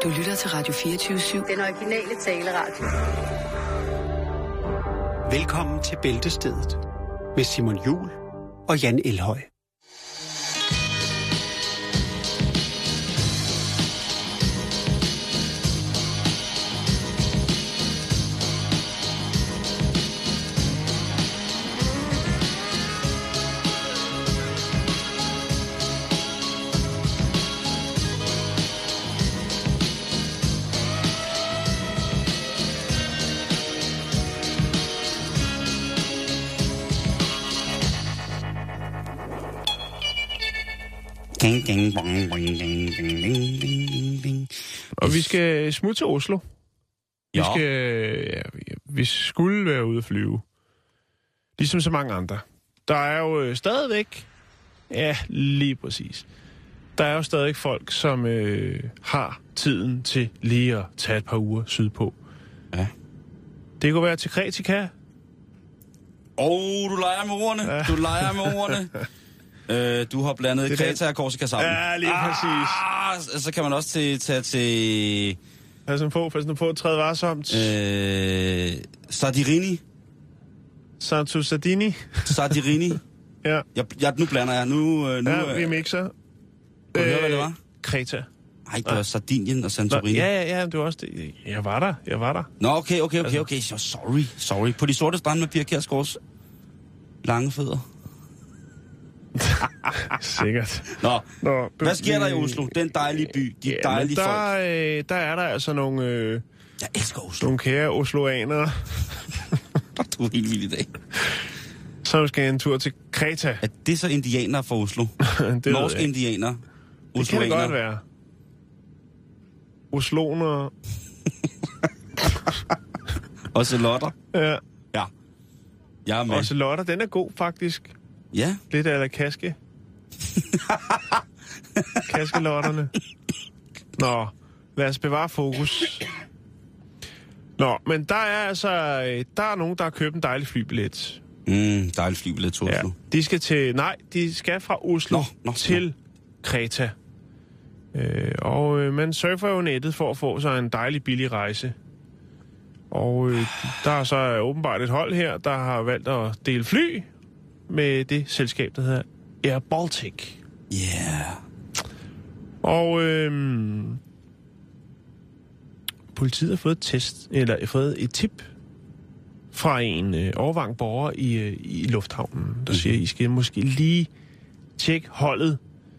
Du lytter til Radio 24/7. Den originale taleradio. Velkommen til Bæltestedet med Simon Juhl og Jan Elhøj. Og vi skal smutte til Oslo. Vi skulle være ude at flyve. Ligesom så mange andre. Der er jo stadigvæk... Ja, lige præcis. Der er jo stadig folk, som har tiden til lige at tage et par uger sydpå. Ja. Det kunne være til Kretika. Du leger med ordene. Ja. Du leger med ordene. Du har blandet Kreta og Korsika sammen. Ja, lige præcis. Så kan man også tage til... Pas nu på, træde varsomt. Sardirini. Santo Sardini. Sardirini. Ja. Nu blander jeg. Vi mixer. Kan du høre, hvad det var? Kreta. Ej, det var Sardinien og Santorini. Ja, det var også det. Jeg var der. Nå, okay. Så sorry. På de sorte strande med Pia Kjærsgaards lange fødder. Sikkert. Nå, hvad sker der i Oslo? Den dejlige by, de dejlige folk. Der er der altså nogle... jeg elsker Oslo. Nogle kære osloanere. Du er helt vild i dag. Som skal en tur til Kreta. Er det så indianere fra Oslo? Norske indianere? Det kan det godt være. Osloner. Og celotter? Ja. Jeg er med. Og celotter, den er god faktisk. Ja. Lidt af la kaske. Kaskelotterne. Nå, lad os bevare fokus. Nå, men der er altså... Der er nogen, der har købt en dejlig flybillet. Dejlig flybillet til Oslo. Ja, de skal til... Nej, de skal fra Oslo til Kreta. Og man surfer jo nettet for at få sig en dejlig billig rejse. Og der er så åbenbart et hold her, der har valgt at dele fly med det selskab, der hedder Air Baltic. Yeah. Og politiet har fået et tip fra en overvang borger i lufthavnen, der siger, I skal måske lige tjekke holdet,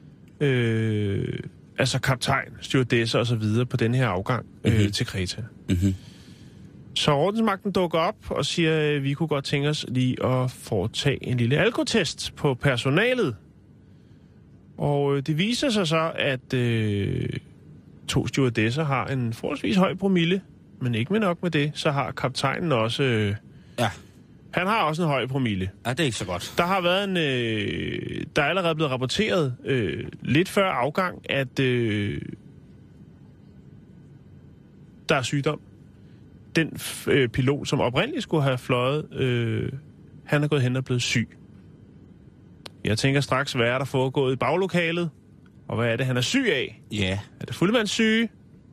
altså kaptajn, stewardesser og så videre på den her afgang til Kreta. Mm-hmm. Så ordensmagten dukker op og siger, at vi kunne godt tænke os lige at foretage en lille alkotest på personalet. Og det viser sig så, at 2 stewardesser har en forholdsvis høj promille, men ikke med nok med det, så har kaptajnen også... Han har også en høj promille. Ja, det er ikke så godt. Der har været der er allerede blevet rapporteret lidt før afgang, at der er sygdom. Den pilot, som oprindeligt skulle have fløjet, han er gået hen og blevet syg. Jeg tænker straks, hvad er der foregået i baglokalet? Og hvad er det, han er syg af? Ja. Yeah. Er det fuldmandssyge?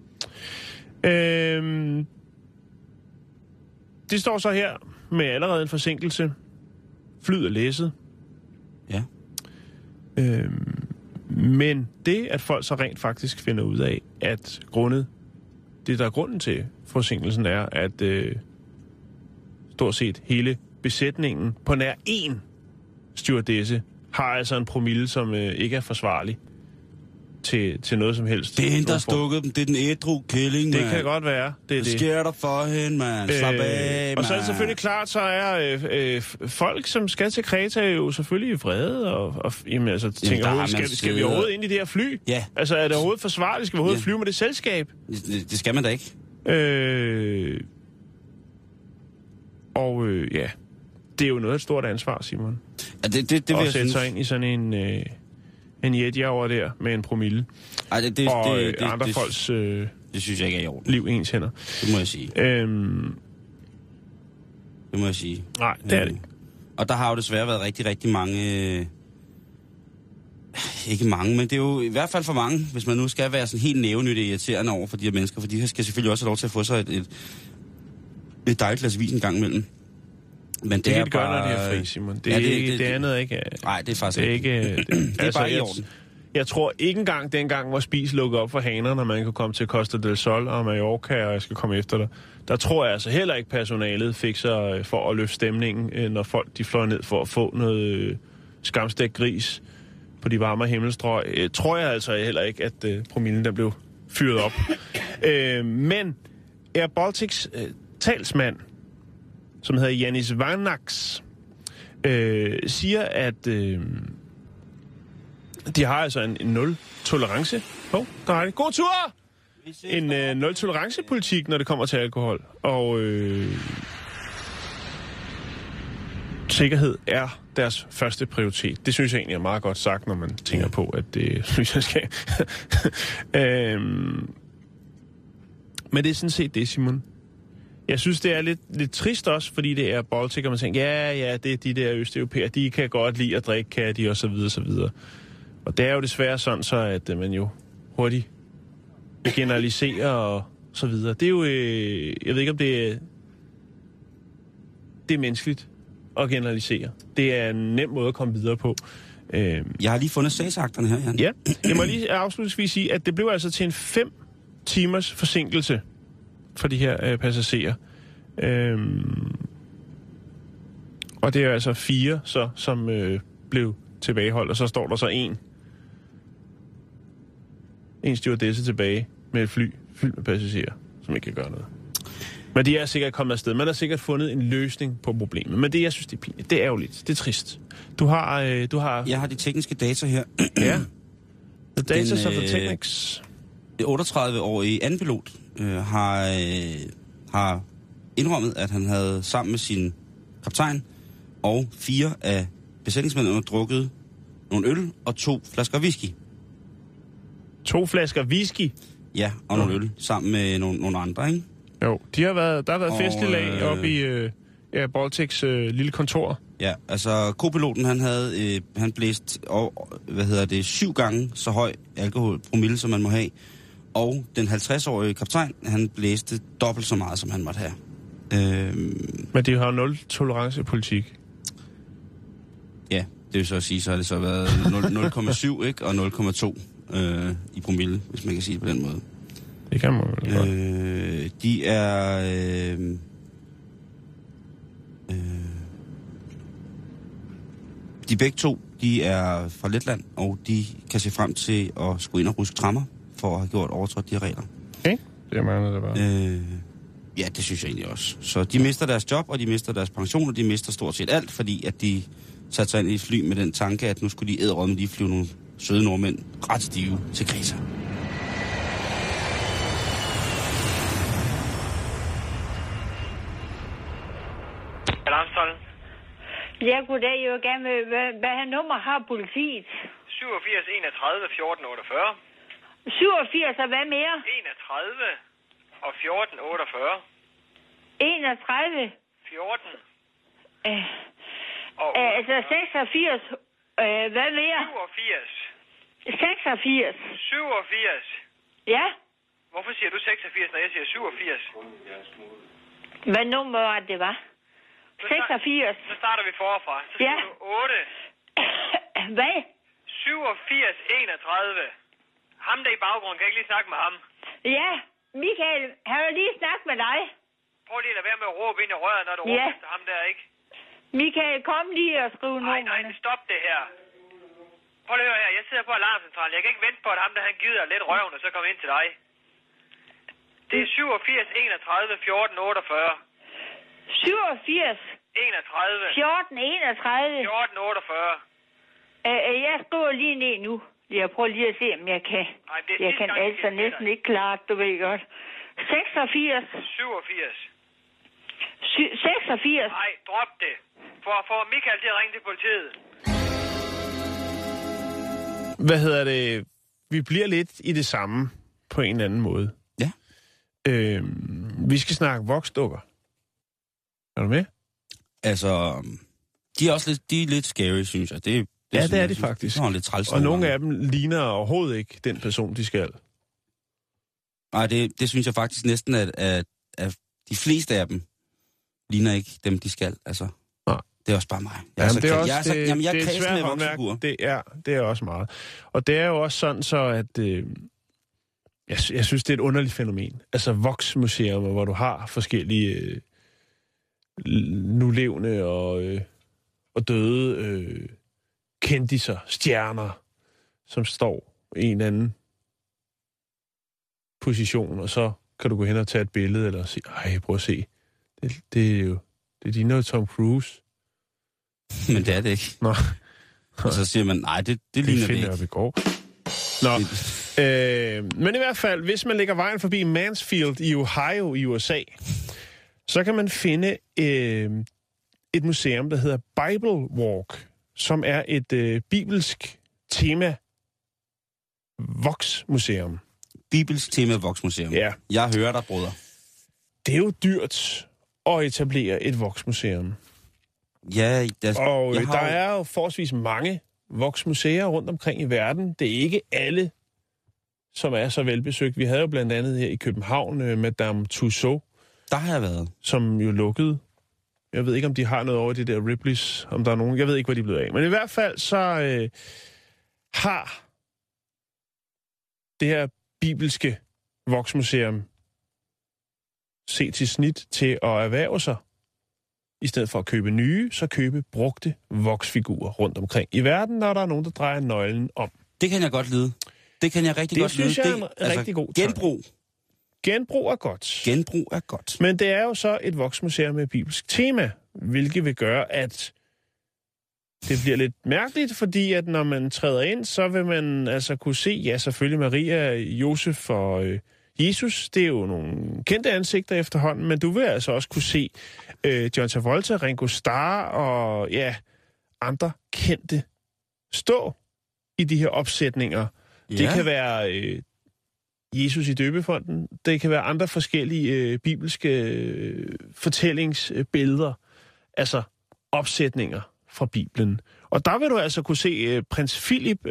Det står så her med allerede en forsinkelse. Flyet er læsset. Ja. Men det, at folk så rent faktisk finder ud af, at det, der er grunden til forsinkelsen, er, at stort set hele besætningen på nær én stewardesse har altså en promille, som ikke er forsvarlig til noget som helst. Det er hende, der stukket dem. Det er den ædru kælling, Det kan godt være. Hvad sker der for hende, mand? Slap af, og så er det selvfølgelig klart, så er folk, som skal til Kreta, jo selvfølgelig vrede, og jamen, altså, tænker, skal vi overhovedet ind i det her fly? Ja. Altså, er det overhovedet forsvarligt? Skal vi overhovedet flyve med det selskab? Det skal man da ikke. Det er jo noget af et stort ansvar, Simon. Ja, det vil jeg sætte sig ind i sådan en jetjager der med en promille. Ej, andre folks det synes jeg ikke er i orden. Liv ens hænder. Det må jeg sige. Det må jeg sige. Nej, det er det ikke. Og der har jo desværre været rigtig, rigtig mange... ikke mange, men det er jo i hvert fald for mange, hvis man nu skal være sådan helt nævenyttigt irriterende over for de her mennesker, for de skal selvfølgelig også have lov til at få sig et dejligt glas vin en gang imellem. Men det kan de gøre, når de er fri, Simon. Det andet er ikke... Nej, det er faktisk ikke. Det er bare i orden. Jeg tror ikke engang dengang, hvor Spis lukkede op for haner, når man kunne komme til Costa del Sol og Mallorca, og jeg skal komme efter dig. Der tror jeg altså heller ikke, personalet fik sig for at løfte stemningen, når folk de fløj ned for at få noget skamstegt gris på de varme himmelstrøg. Tror jeg altså heller ikke, at promillen der blev fyret op. Men Air Baltics talsmand, som hedder Janis Varnaks, siger, at de har altså en nul-tolerance. Der er det. God tur! En nul-tolerance-politik, når det kommer til alkohol. Og sikkerhed er deres første prioritet. Det synes jeg egentlig er meget godt sagt, når man tænker på, at det synes jeg skal. Men det er sådan set det, Simon. Jeg synes, det er lidt trist også, fordi det er Baltic, og man tænker, ja, det er de der østeuropæere, de kan godt lide at drikke, kan de, og så videre, så videre. Og det er jo desværre sådan, så at man jo hurtigt generaliserer og så videre. Det er jo, jeg ved ikke, om det er menneskeligt at generalisere. Det er en nem måde at komme videre på. Jeg har lige fundet sagsakterne her, Jan. Ja, jeg må lige afslutningsvis sige, at det blev altså til en 5 timers forsinkelse for de her passagerer. Og det er altså 4, så, som blev tilbageholdt, og så står der så en stewardesse tilbage med et fly fyldt med passagerer, som ikke kan gøre noget. Men de er sikkert kommet afsted. Man har sikkert fundet en løsning på problemet. Men det, jeg synes, det er pinligt. Det er ærgerligt. Det er trist. Du har... Jeg har de tekniske data her. Ja. The data of the technics. 38-årige anden pilot har indrømmet, at han havde sammen med sin kaptajn og 4 af besætningsmændene drukket nogle øl og 2 flasker whisky. 2 flasker whisky? Ja, og nogle øl sammen med nogle andre, ikke? Jo, der har været festlig lag oppe i Baltics lille kontor. Ja, altså kopiloten, han blæst 7 gange så høj alkoholpromille, som man må have. Og den 50-årige kaptajn, han blæste dobbelt så meget, som han måtte have. Men de har jo 0-tolerance-politik. Ja, det vil så at sige, så har det så været 0,7, ikke? Og 0,2 i promille, hvis man kan sige det på den måde. Det kan man jo godt. De er... de begge to, de er fra Letland, og de kan se frem til at skulle ind og ruske trammer for at have gjort overtrådt de regler. Okay, det mener det bare. Ja, det synes jeg egentlig også. Så de mister deres job, og de mister deres pension, og de mister stort set alt, fordi at de satte sig ind i et fly med den tanke, at nu skulle de æderrømme lige flyve nogle søde nordmænd ret stive til Kreta. Alarmstollen. Ja, goddag. Jeg vil gerne med, hvad nummer har politiet? 87 31 14 48. 87 og hvad mere? 31 og 14 48. 31? 14. Altså 86. Hvad mere? 87. 86. 87. Ja? Hvorfor siger du 86, når jeg siger 87? Hvad nummer var det, var? 86. Så starter vi forfra. Så siger du 8. Hvad? 87 31. Ham der i baggrunden, kan jeg ikke lige snakke med ham? Ja, Michael, har jeg lige snakket med dig? Prøv lige at lade være med at råbe ind i røret, når du råber til ham der, ikke? Michael, kom lige og skriv nummerne. Nej, stop det her. Prøv lige at høre her, jeg sidder på alarmcentralen. Jeg kan ikke vente på, at ham der han gider lidt røven, og så kommer ind til dig. Det er 87 31 14 48. 87 31 14 31 14 48. Jeg skriver lige ned nu. Jeg prøver lige at se, om jeg kan. Jeg kan altså næsten ikke klare det, du ved godt. 86. 87. 86. Nej, drop det. For Michael til at ringe til politiet. Hvad hedder det? Vi bliver lidt i det samme på en eller anden måde. Ja. Vi skal snakke voksdukker. Er du med? Altså, de er også lidt scary, synes jeg. Det Ja, det er de faktisk. Det er lidt træls. Og nogle af dem ligner overhovedet ikke den person, de skal. Nej, det synes jeg faktisk næsten, at de fleste af dem ligner ikke dem, de skal. Altså, nej. Det er også bare mig. Jeg er svært håndværk. Det er også meget. Og det er jo også sådan så, at jeg synes, det er et underligt fænomen. Altså voksmuseer, hvor du har forskellige nulevende og døde kendiser, stjerner, som står i en anden position, og så kan du gå hen og tage et billede, eller sige, ej, prøv at se. Det ligner jo Tom Cruise. Men det er det ikke. Nå. Og så siger man, nej, det ligner det ikke. Det i går. Nå. Men i hvert fald, hvis man lægger vejen forbi Mansfield i Ohio i USA, så kan man finde et museum, der hedder Bible Walk, som er et bibelsk tema voksmuseum. Bibelsk tema voksmuseum. Ja. Jeg hører dig, bruder. Det er jo dyrt at etablere et voksmuseum. Ja, der er jo forholdsvis mange voksmuseer rundt omkring i verden. Det er ikke alle, som er så velbesøgt. Vi havde jo blandt andet her i København Madame Tussauds. Der har jeg været. Som jo lukkede. Jeg ved ikke, om de har noget over de der Ripleys, om der er nogen. Jeg ved ikke, hvad de er blevet af. Men i hvert fald så har det her bibelske voksmuseum set til snit til at erhverve sig. I stedet for at købe nye, så købe brugte voksfigurer rundt omkring i verden, når der er nogen, der drejer nøglen om. Det kan jeg godt lide. Det kan jeg rigtig godt lide. Det synes jeg er en rigtig god tanke. Genbrug. Genbrug er godt. Genbrug er godt. Men det er jo så et voksmuseum med bibelsk tema, hvilket vil gøre, at det bliver lidt mærkeligt, fordi at når man træder ind, så vil man altså kunne se, ja, selvfølgelig Maria, Josef og Jesus. Det er jo nogle kendte ansigter efterhånden, men du vil altså også kunne se John Travolta, Ringo Starr og ja, andre kendte stå i de her opsætninger. Ja. Det kan være Jesus i døbefonden. Det kan være andre forskellige bibelske fortællingsbilleder. Altså opsætninger fra Bibelen. Og der vil du altså kunne se prins Philip...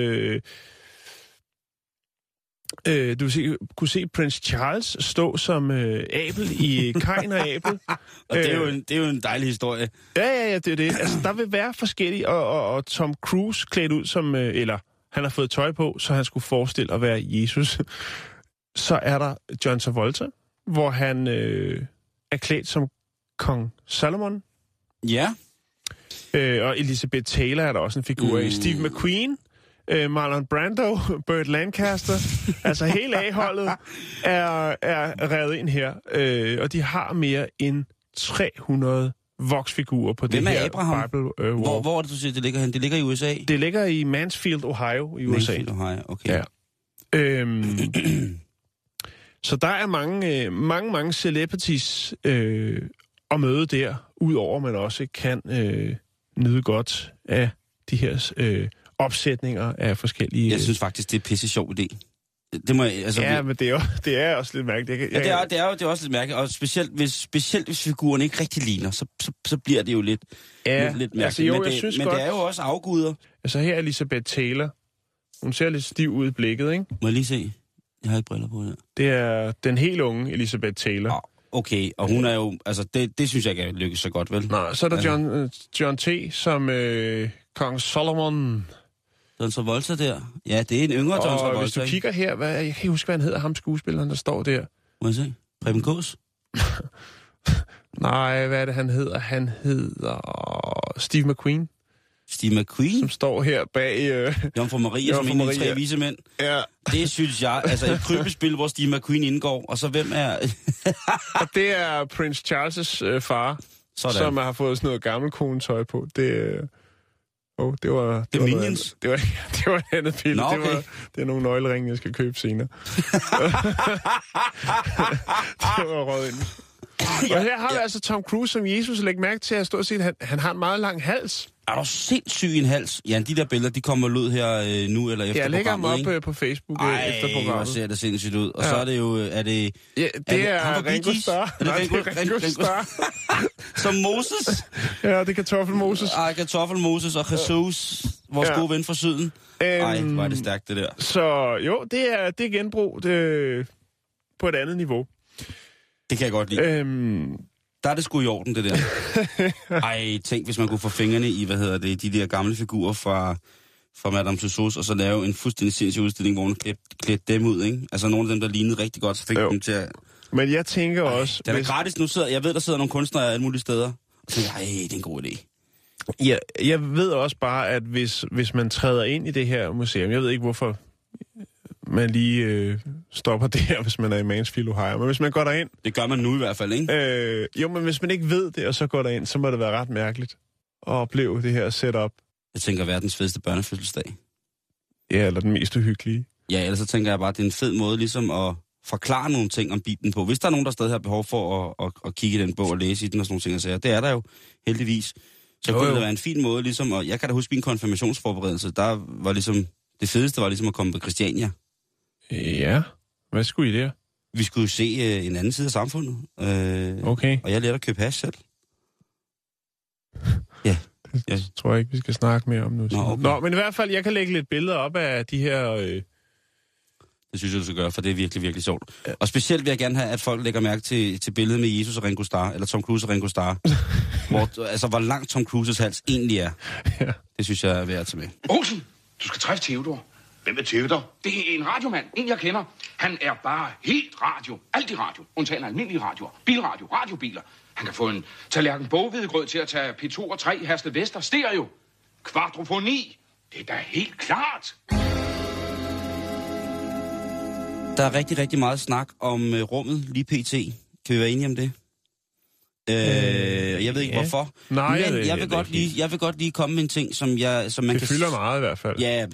du kunne se prins Charles stå som Abel i Kain og Abel. Og det er jo en dejlig historie. Ja, det er det. Altså, der vil være forskellige, og Tom Cruise klædt ud som... eller han har fået tøj på, så han skulle forestille at være Jesus. Så er der John Travolta, hvor han er klædt som kong Salomon. Ja. Og Elizabeth Taylor er der også en figur af. Steve McQueen, Marlon Brando, Burt Lancaster. Altså hele A-holdet er revet ind her. Og de har mere end 300 voksfigurer på det her Abraham? Bible Walk. Hvor er det, du siger, det ligger hen? Det ligger i USA? Det ligger i Mansfield, Ohio i USA. Mansfield, Ohio, okay. Ja. Så der er mange celebrities at møde der, udover man også kan nyde godt af de her opsætninger af forskellige... Jeg synes faktisk, det er pisse sjov idé. Det må jeg, altså, ja, men det er også lidt mærkeligt. Det er også lidt mærkeligt, og specielt hvis figuren ikke rigtig ligner, så bliver det jo lidt mærkeligt. Altså, jo, men det er jo også afguder. Altså her er Elizabeth Taylor. Hun ser lidt stiv ud i blikket, ikke? Må jeg lige se? Jeg har ikke briller på her. Det er den helt unge Elizabeth Taylor. Okay, og hun er jo... Altså, det synes jeg ikke er lykkes så godt, vel? Nej, så er der John T. som kong Solomon. John Travolta der. Ja, det er en yngre John Travolta. Og hvis du kigger her, jeg kan ikke huske, hvad han hedder, ham skuespilleren, der står der. Må jeg se? Preben Kaas? Nej, hvad er det, han hedder? Han hedder Steve McQueen. Steve McQueen? Som står her bag... Jomfru Maria, som en af de 3 vise mænd. Ja. Det synes jeg, altså et krybespil, hvor Steve McQueen indgår, og så hvem er... Og det er Prince Charles' far, som har fået sådan noget gammel konetøj på. Det var Minions? Det var et andet pille. Nå, okay. Det er nogle nøgleringe, jeg skal købe senere. Det var røget ind. Og her har vi altså Tom Cruise som Jesus. Læg mærke til at stå og sige, at han har en meget lang hals. Er du sindssyg en hals? Ja, de der billeder, de kommer ud her nu eller efter programmet, ikke? Jeg lægger dem op på Facebook efter programmet. Ej, hvor ser det sindssygt ud. Og så er det jo... Ja, det er Ringo Starr. Er det Ringo Starr? Som Moses? Ja, det er Kartoffel Moses. Kartoffel Moses og Jesus. vores gode ven fra syden. Ej, hvor er det stærkt, det der. Så jo, det er genbrug på et andet niveau. Det kan jeg godt lide. Der er det sgu i orden, det der. Ej, tænk, hvis man kunne få fingrene i, de der gamle figurer fra Madame Tussauds, og så lave en fuldstændig sindssyg udstilling, hvor man klædte dem ud, ikke? Altså nogle af dem, der lignede rigtig godt, så fik dem til at... Men jeg tænker også... Det er gratis. Nu jeg ved, der sidder nogle kunstnere alle mulige steder, og tænker, det er en god idé. Ja, jeg ved også bare, at hvis man træder ind i det her museum, jeg ved ikke, hvorfor man lige stopper det her, hvis man er i Mansfield, Ohio, men hvis man går derind... Det gør man nu i hvert fald, ikke? Jo, men hvis man ikke ved det, og så går derind, så må det være ret mærkeligt at opleve det her setup. Jeg tænker, verdens fedeste børnefødselsdag. Ja, eller den mest uhyggelige. Ja, ellers så tænker jeg bare, at det er en fed måde ligesom at forklare nogle ting om Bibelen på. Hvis der er nogen, der stadig har behov for at kigge i den bog og læse i den og sådan nogle ting, og sager, det er der jo heldigvis. Så kunne det være en fin måde, ligesom, og jeg kan da huske min konfirmationsforberedelse, der var ligesom, det fedeste var ligesom at komme på Christiania. Ja, hvad skulle I der? Vi skulle jo se en anden side af samfundet. Okay. Og jeg lærte at købe hash selv. Ja. Det tror jeg ikke, vi skal snakke mere om nu. Okay. Nå, men i hvert fald, jeg kan lægge lidt billeder op af de her... Det synes jeg, du skal gøre, for det er virkelig, virkelig sjovt. Ja. Og specielt vil jeg gerne have, at folk lægger mærke til billedet med Jesus og Ringo Starr, eller Tom Cruise og Ringo Starr. hvor langt Tom Cruises hals egentlig er. Ja. Det synes jeg er værd at tage med. Olsen, du skal træffe Theodor. Hvem er Theodor? Det er en radiomand, en jeg kender. Han er bare helt radio. Alt i radio. Undtagen almindelige radioer. Bilradio, radiobiler. Han kan få en tallerken boghvedegrød til at tage P2 og 3 Hersted Vester stereo. Kvadrofoni. Det er da helt klart. Der er rigtig, rigtig meget snak om rummet lige pt. Kan vi være enige om det? Jeg ved ikke hvorfor. Nej, men jeg vil godt lige komme med en ting, som man det kan... fylder meget i hvert fald. Ja,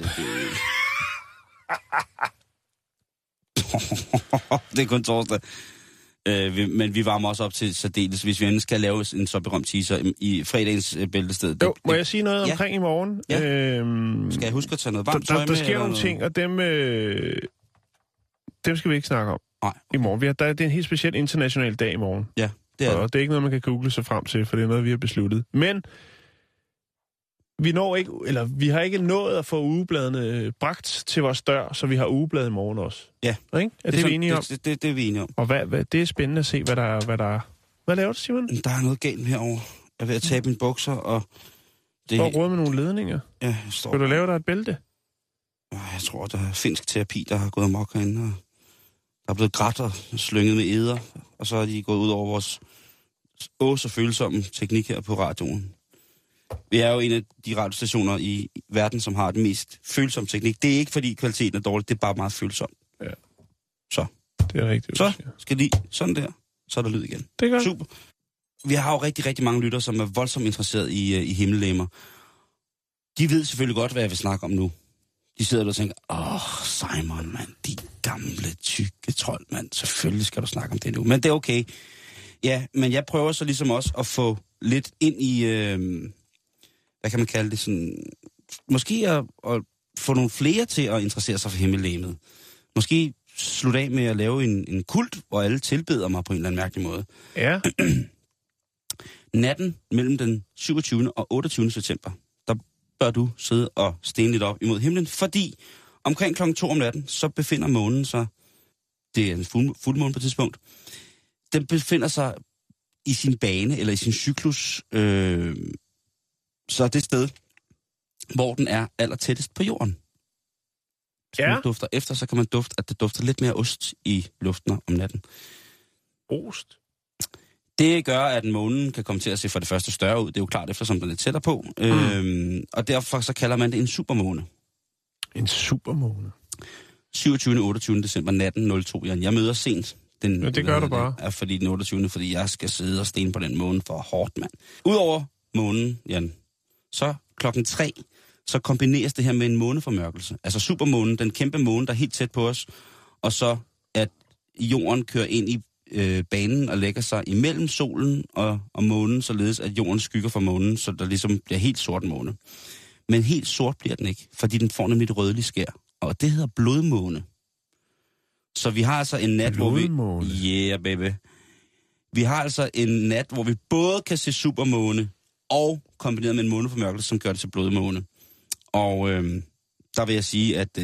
det er kun torsdag. Men vi varmer også op til særdeles, hvis vi endelig skal lave en så berømt teaser i fredagens bæltested. Jo, må jeg sige noget omkring i morgen? Ja. Skal jeg huske at tage noget varmt tøj med? Der sker nogle ting, og dem skal vi ikke snakke om. Nej. I morgen. Det er en helt speciel international dag i morgen. Ja, det er og det er ikke noget, man kan google sig frem til, for det er noget, vi har besluttet. Men vi har ikke nået at få ugebladene bragt til vores dør, så vi har ugeblad i morgen også. Ja. Ikke? Er det vi enige om? Det er vi enige om. Og det er spændende at se, hvad der er. Hvad laver du, Simon? Der er noget galt herovre. Jeg er ved at tabe mine bukser, og... Og råd med nogle ledninger. Ja, skal du lave dig et bælte? Jeg tror, der er finsk terapi, der har gået amok herinde, og der er blevet grædt og slynget med eder, og så er de gået ud over vores så følsomme teknik her på radioen. Vi er jo en af de radiostationer i verden, som har den mest følsomme teknik. Det er ikke, fordi kvaliteten er dårlig, det er bare meget følsomt. Ja. Så. Det er rigtigt. Så skal de sådan der, så er der lyd igen. Det gør. Super. Vi har jo rigtig, rigtig mange lyttere, som er voldsomt interesseret i himmellegemer. De ved selvfølgelig godt, hvad jeg vil snakke om nu. De sidder og tænker, Simon, mand, de gamle, tykke trold, mand. Selvfølgelig skal du snakke om det nu. Men det er okay. Ja, men jeg prøver så ligesom også at få lidt ind i, hvad kan man kalde det, sådan, måske at få nogle flere til at interessere sig for himmellegemet. Måske slutte af med at lave en kult, hvor alle tilbeder mig på en eller anden mærkelig måde. Ja. Natten mellem den 27. og 28. september, der bør du sidde og stene lidt op imod himlen, fordi omkring klokken 2 om natten, så befinder månen sig, det er en fuldmåne på et tidspunkt, den befinder sig i sin bane, eller i sin cyklus, så det sted, hvor den er allertættest på jorden. Hvis man dufter efter, så kan man dufte, at det dufter lidt mere ost i luften om natten. Ost? Det gør, at månen kan komme til at se for det første større ud. Det er jo klart, eftersom den er lidt tættere på. Og derfor så kalder man det en supermåne. En supermåne? 27. og 28. december natten 02. Jeg møder sent. Det gør du bare. Er fordi den 28. Fordi jeg skal sidde og stene på den måne for hårdt, mand. Udover månen, Jan, så klokken 3, så kombineres det her med en måneformørkelse. Altså supermånen, den kæmpe måne, der er helt tæt på os, og så at jorden kører ind i banen og lægger sig imellem solen og månen, således at jorden skygger for månen, så der ligesom bliver helt sort måne. Men helt sort bliver den ikke, fordi den får nemlig et rødligt skær. Og det hedder blodmåne. Så vi har altså en nat, blodmåne. Hvor vi... Yeah, baby. Vi har altså en nat, hvor vi både kan se supermåne og kombineret med en måneformørkelse, som gør det til blodmåne. Og der vil jeg sige, at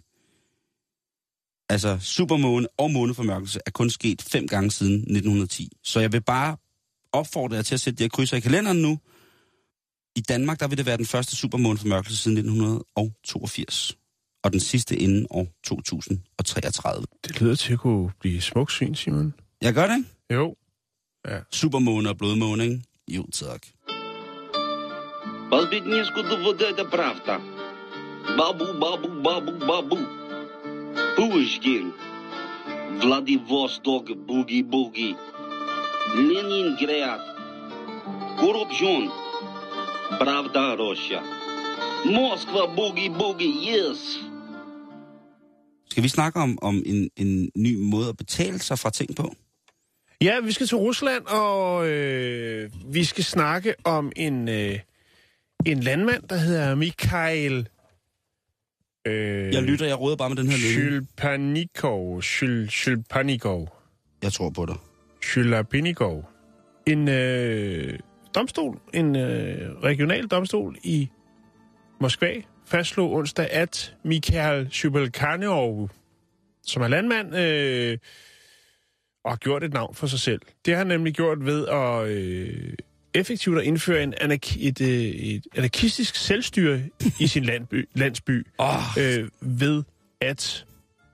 supermåne og måneformørkelse er kun sket 5 gange siden 1910. Så jeg vil bare opfordre jer til at sætte de her krydser i kalenderen nu. I Danmark, der vil det være den første supermåneformørkelse siden 1982. Og den sidste inden år 2033. Det lyder til at kunne blive smukt syn, Simon. Jeg gør det, ikke? Jo. Ja. Supermåne og blodmåne, ikke? Jo, tak. Полбедничку доводе это правда. Бабу, бабу, бабу, бабу. Пушкин. Владивосток, буги-буги. Ленинград. Коррупцион. Правда, Russia. Moskva, boogie-boogie, yes. Skal vi snakke om en ny måde at betale sig fra ting på? Ja, vi skal til Rusland, og vi skal snakke om en landmand, der hedder Mikhail... jeg lytter, jeg råder bare med den her lyd. Shylpanikov. Jeg tror på dig. Shylpanikov. En domstol, en regional domstol i Moskva, fastslog onsdag, at Mikhail Shylpanikov, som er landmand, og har gjort et navn for sig selv. Det har han nemlig gjort ved at effektivt at indføre et anarkistisk selvstyre i sin landsby ved at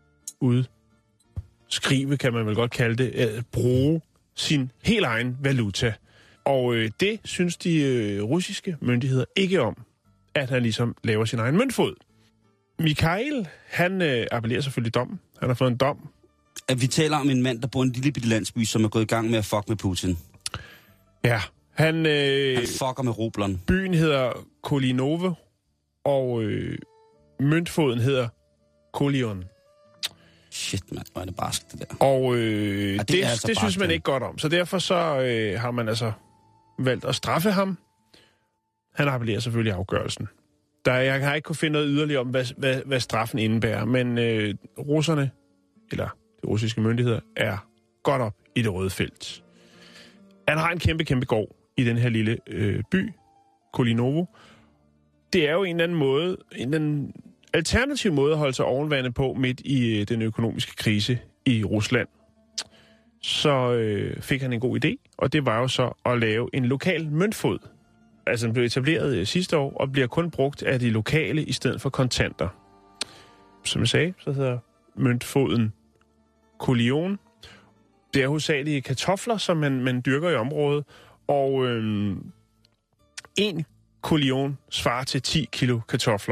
udskrive, kan man vel godt kalde det, at bruge sin helt egen valuta. Og det synes de russiske myndigheder ikke om, at han ligesom laver sin egen møntfod. Mikhail, han appellerer selvfølgelig dommen. Han har fået en dom. At vi taler om en mand, der bor i en lille bitte landsby, som er gået i gang med at fuck med Putin. Ja, han fucker med rublerne. Byen hedder Kolinovo, og møntfoden hedder Kolion. Shit, mand, hvor er det barsk, det der. Og det synes man ikke godt om. Så derfor så har man altså valgt at straffe ham. Han appellerer selvfølgelig afgørelsen. Jeg har ikke kunnet finde noget yderligere om, hvad straffen indebærer, men russerne, eller de russiske myndigheder, er godt op i det røde felt. Han har en kæmpe gård i den her lille by, Kolinovo. Det er jo en eller anden måde, en anden alternativ måde at holde sig ovenvandet på midt i den økonomiske krise i Rusland. Så fik han en god idé, og det var jo så at lave en lokal møntfod. Altså den blev etableret sidste år, og bliver kun brugt af de lokale i stedet for kontanter. Som jeg sagde, så hedder møntfoden Kolion. Det er hovedsageligt kartofler, som man dyrker i området, og 1 kolion svarer til 10 kilo kartofler.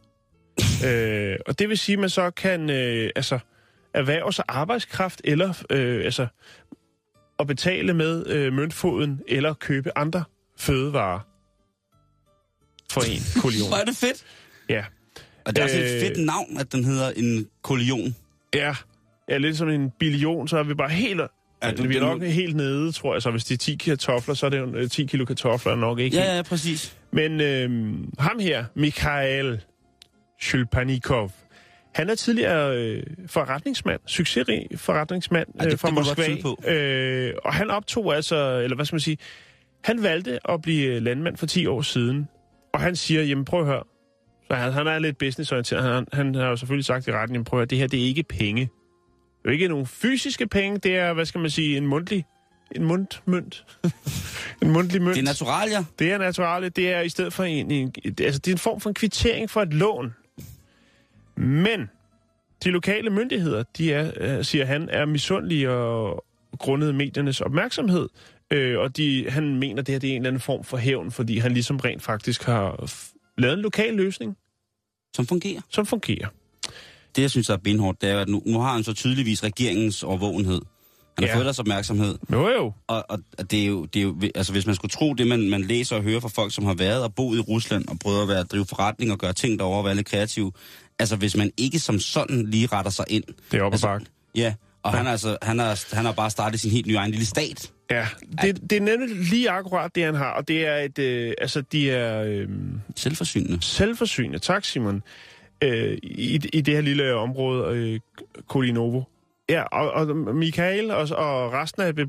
Og det vil sige, at man så kan erhverve sig arbejdskraft, eller at betale med møntfoden, eller købe andre fødevarer for 1 kolion. Hvor er det fedt? Ja. Og det er også et fedt navn, at den hedder en kolion. Ja, lidt som en billion, så er vi bare helt... vi er nok helt nede, tror jeg. Så hvis det er 10 kartofler, så er det jo 10 kilo kartofler nok ikke. Ja, præcis. Men ham her, Mikhail Shylpanikov, han er tidligere forretningsmand, succesrig forretningsmand fra Moskva. Og han optog han valgte at blive landmand for 10 år siden. Og han siger, jamen prøv at høre, så han er lidt businessorienteret. Han har jo selvfølgelig sagt i retten, jamen prøv at høre, det her, det er ikke penge. Det er ikke nogle fysiske penge, det er, en mundtlig mønt. En mundtlig mønt. Det er naturalier. Det er naturalier. Det er i stedet for det er en form for en kvittering for et lån. Men de lokale myndigheder, siger han, er misundelige og grundet mediernes opmærksomhed. Og han mener, det her det er en eller anden form for hævn, fordi han ligesom rent faktisk har lavet en lokal løsning. Som fungerer. Det, jeg synes er benhårdt, det er, at nu har han så tydeligvis regeringens overvågenhed. Han har fået deres opmærksomhed. Jo. Og det er jo, altså hvis man skulle tro det, man læser og hører fra folk, som har været og boet i Rusland og prøvet at drive forretning og gøre ting derovre og være lidt kreative. Altså hvis man ikke som sådan lige retter sig ind. Det er op ad bakke. Ja, og han har bare startet sin helt nye egen lille stat. Ja, det er nemlig lige akkurat det, han har. Og det er de er... Selvforsynende, tak Simon. I det her lille område, Kolinovo. Ja, og Mikhail og resten af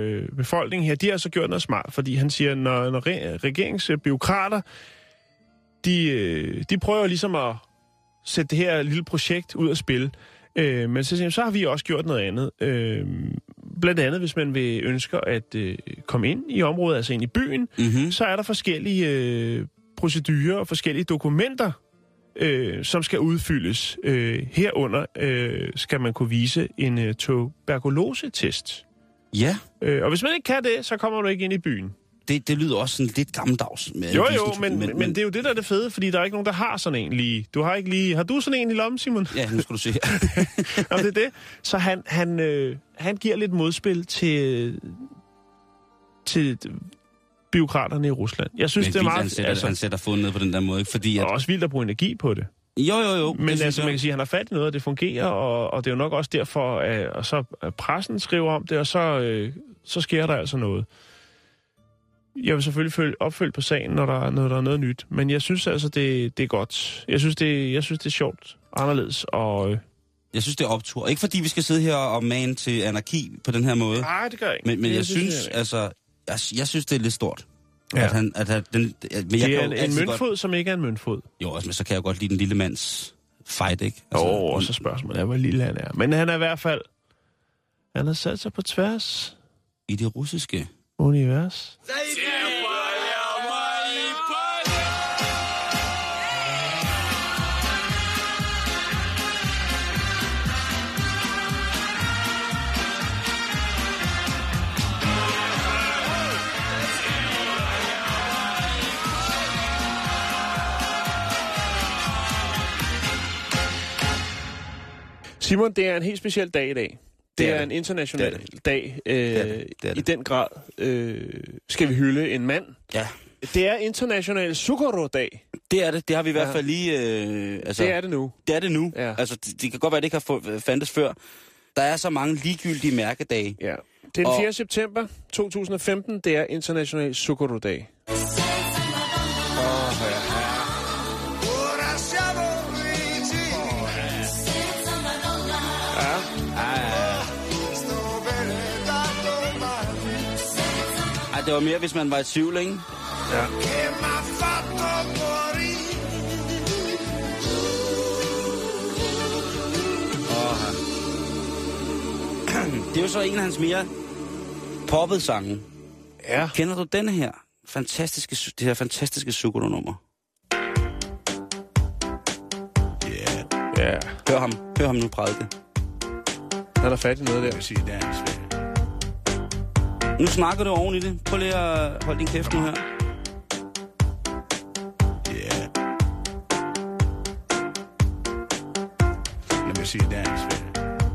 befolkningen her, de har så gjort noget smart, fordi han siger, når regeringsbureaukrater de prøver ligesom at sætte det her lille projekt ud af spil. Men så har vi også gjort noget andet. Blandt andet, hvis man vil ønsker at komme ind i området, altså ind i byen, så er der forskellige procedurer og forskellige dokumenter, som skal udfyldes. Herunder skal man kunne vise en tuberkulosetest. Ja. Og hvis man ikke kan det, så kommer du ikke ind i byen. Det lyder også sådan lidt gammeldags. Men det er jo det, der er det fede, fordi der er ikke nogen, der har sådan en lige. Du har ikke lige... Har du sådan en i lommen, Simon? Ja, nu skal du se. Og det er det. Så han giver lidt modspil til byråkraterne i Rusland. Jeg synes, det er meget... Han sætter foden ned på den der måde, ikke? Fordi at... Og også vildt at bruge energi på det. Jo. Men altså, man kan sige, at han har fat i noget, og det fungerer, og det er jo nok også derfor, at så pressen skriver om det, og så sker der altså noget. Jeg vil selvfølgelig opfølge på sagen, når der er noget nyt, men jeg synes altså, det er godt. Jeg synes, det er sjovt, anderledes, og... Jeg synes, det er optur. Ikke fordi vi skal sidde her og mane til anarki på den her måde. Nej, det gør jeg ikke. Men jeg synes, altså... Jeg synes, det er lidt stort. Ja. Det er en møntfod, godt... som ikke er en møntfod. Jo, altså, men så kan jeg godt lide den lille mands fight, ikke? Altså, og så spørgsmålet er, hvor lille han er. Men han er i hvert fald... Han har sat sig på tværs... I det russiske... univers. Simon, det er en helt speciel dag i dag. Det er en international dag. Det. I den grad skal vi hylde en mand. Ja. Det er international Sukhoro-dag. Det er det. Det har vi i hvert fald lige... det er det nu. Det er det nu. Ja. Altså, det kan godt være, at det ikke har fandtes før. Der er så mange ligegyldige mærkedage. Ja. Det er den 4. september 2015. Det er international Sukhoro-dag. Det var mere, hvis man var i tvivl, ikke? Ja. Det er jo så en af hans mere poppede sange. Ja. Kender du denne her? Det her fantastiske Sukhoro-nummer. Ja. Hør ham nu prædike. Han er fat i noget der. Nu snakker du oven i det. Prøv lige at holde din kæft nu her. Yeah. Let me see you dance, baby.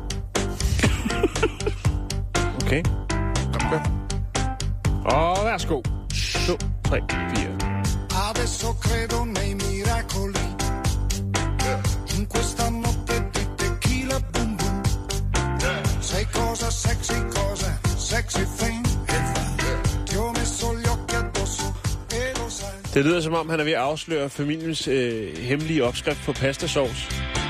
Okay. Kom. Og værsgo. 2, 3, 4. Adesso credo nei miracoli. In questa notte di tequila boom boom. Sei cosa sexy, cosa sexy thing. Det lyder som om, han er ved at afsløre familiens hemmelige opskrift på pastasauce.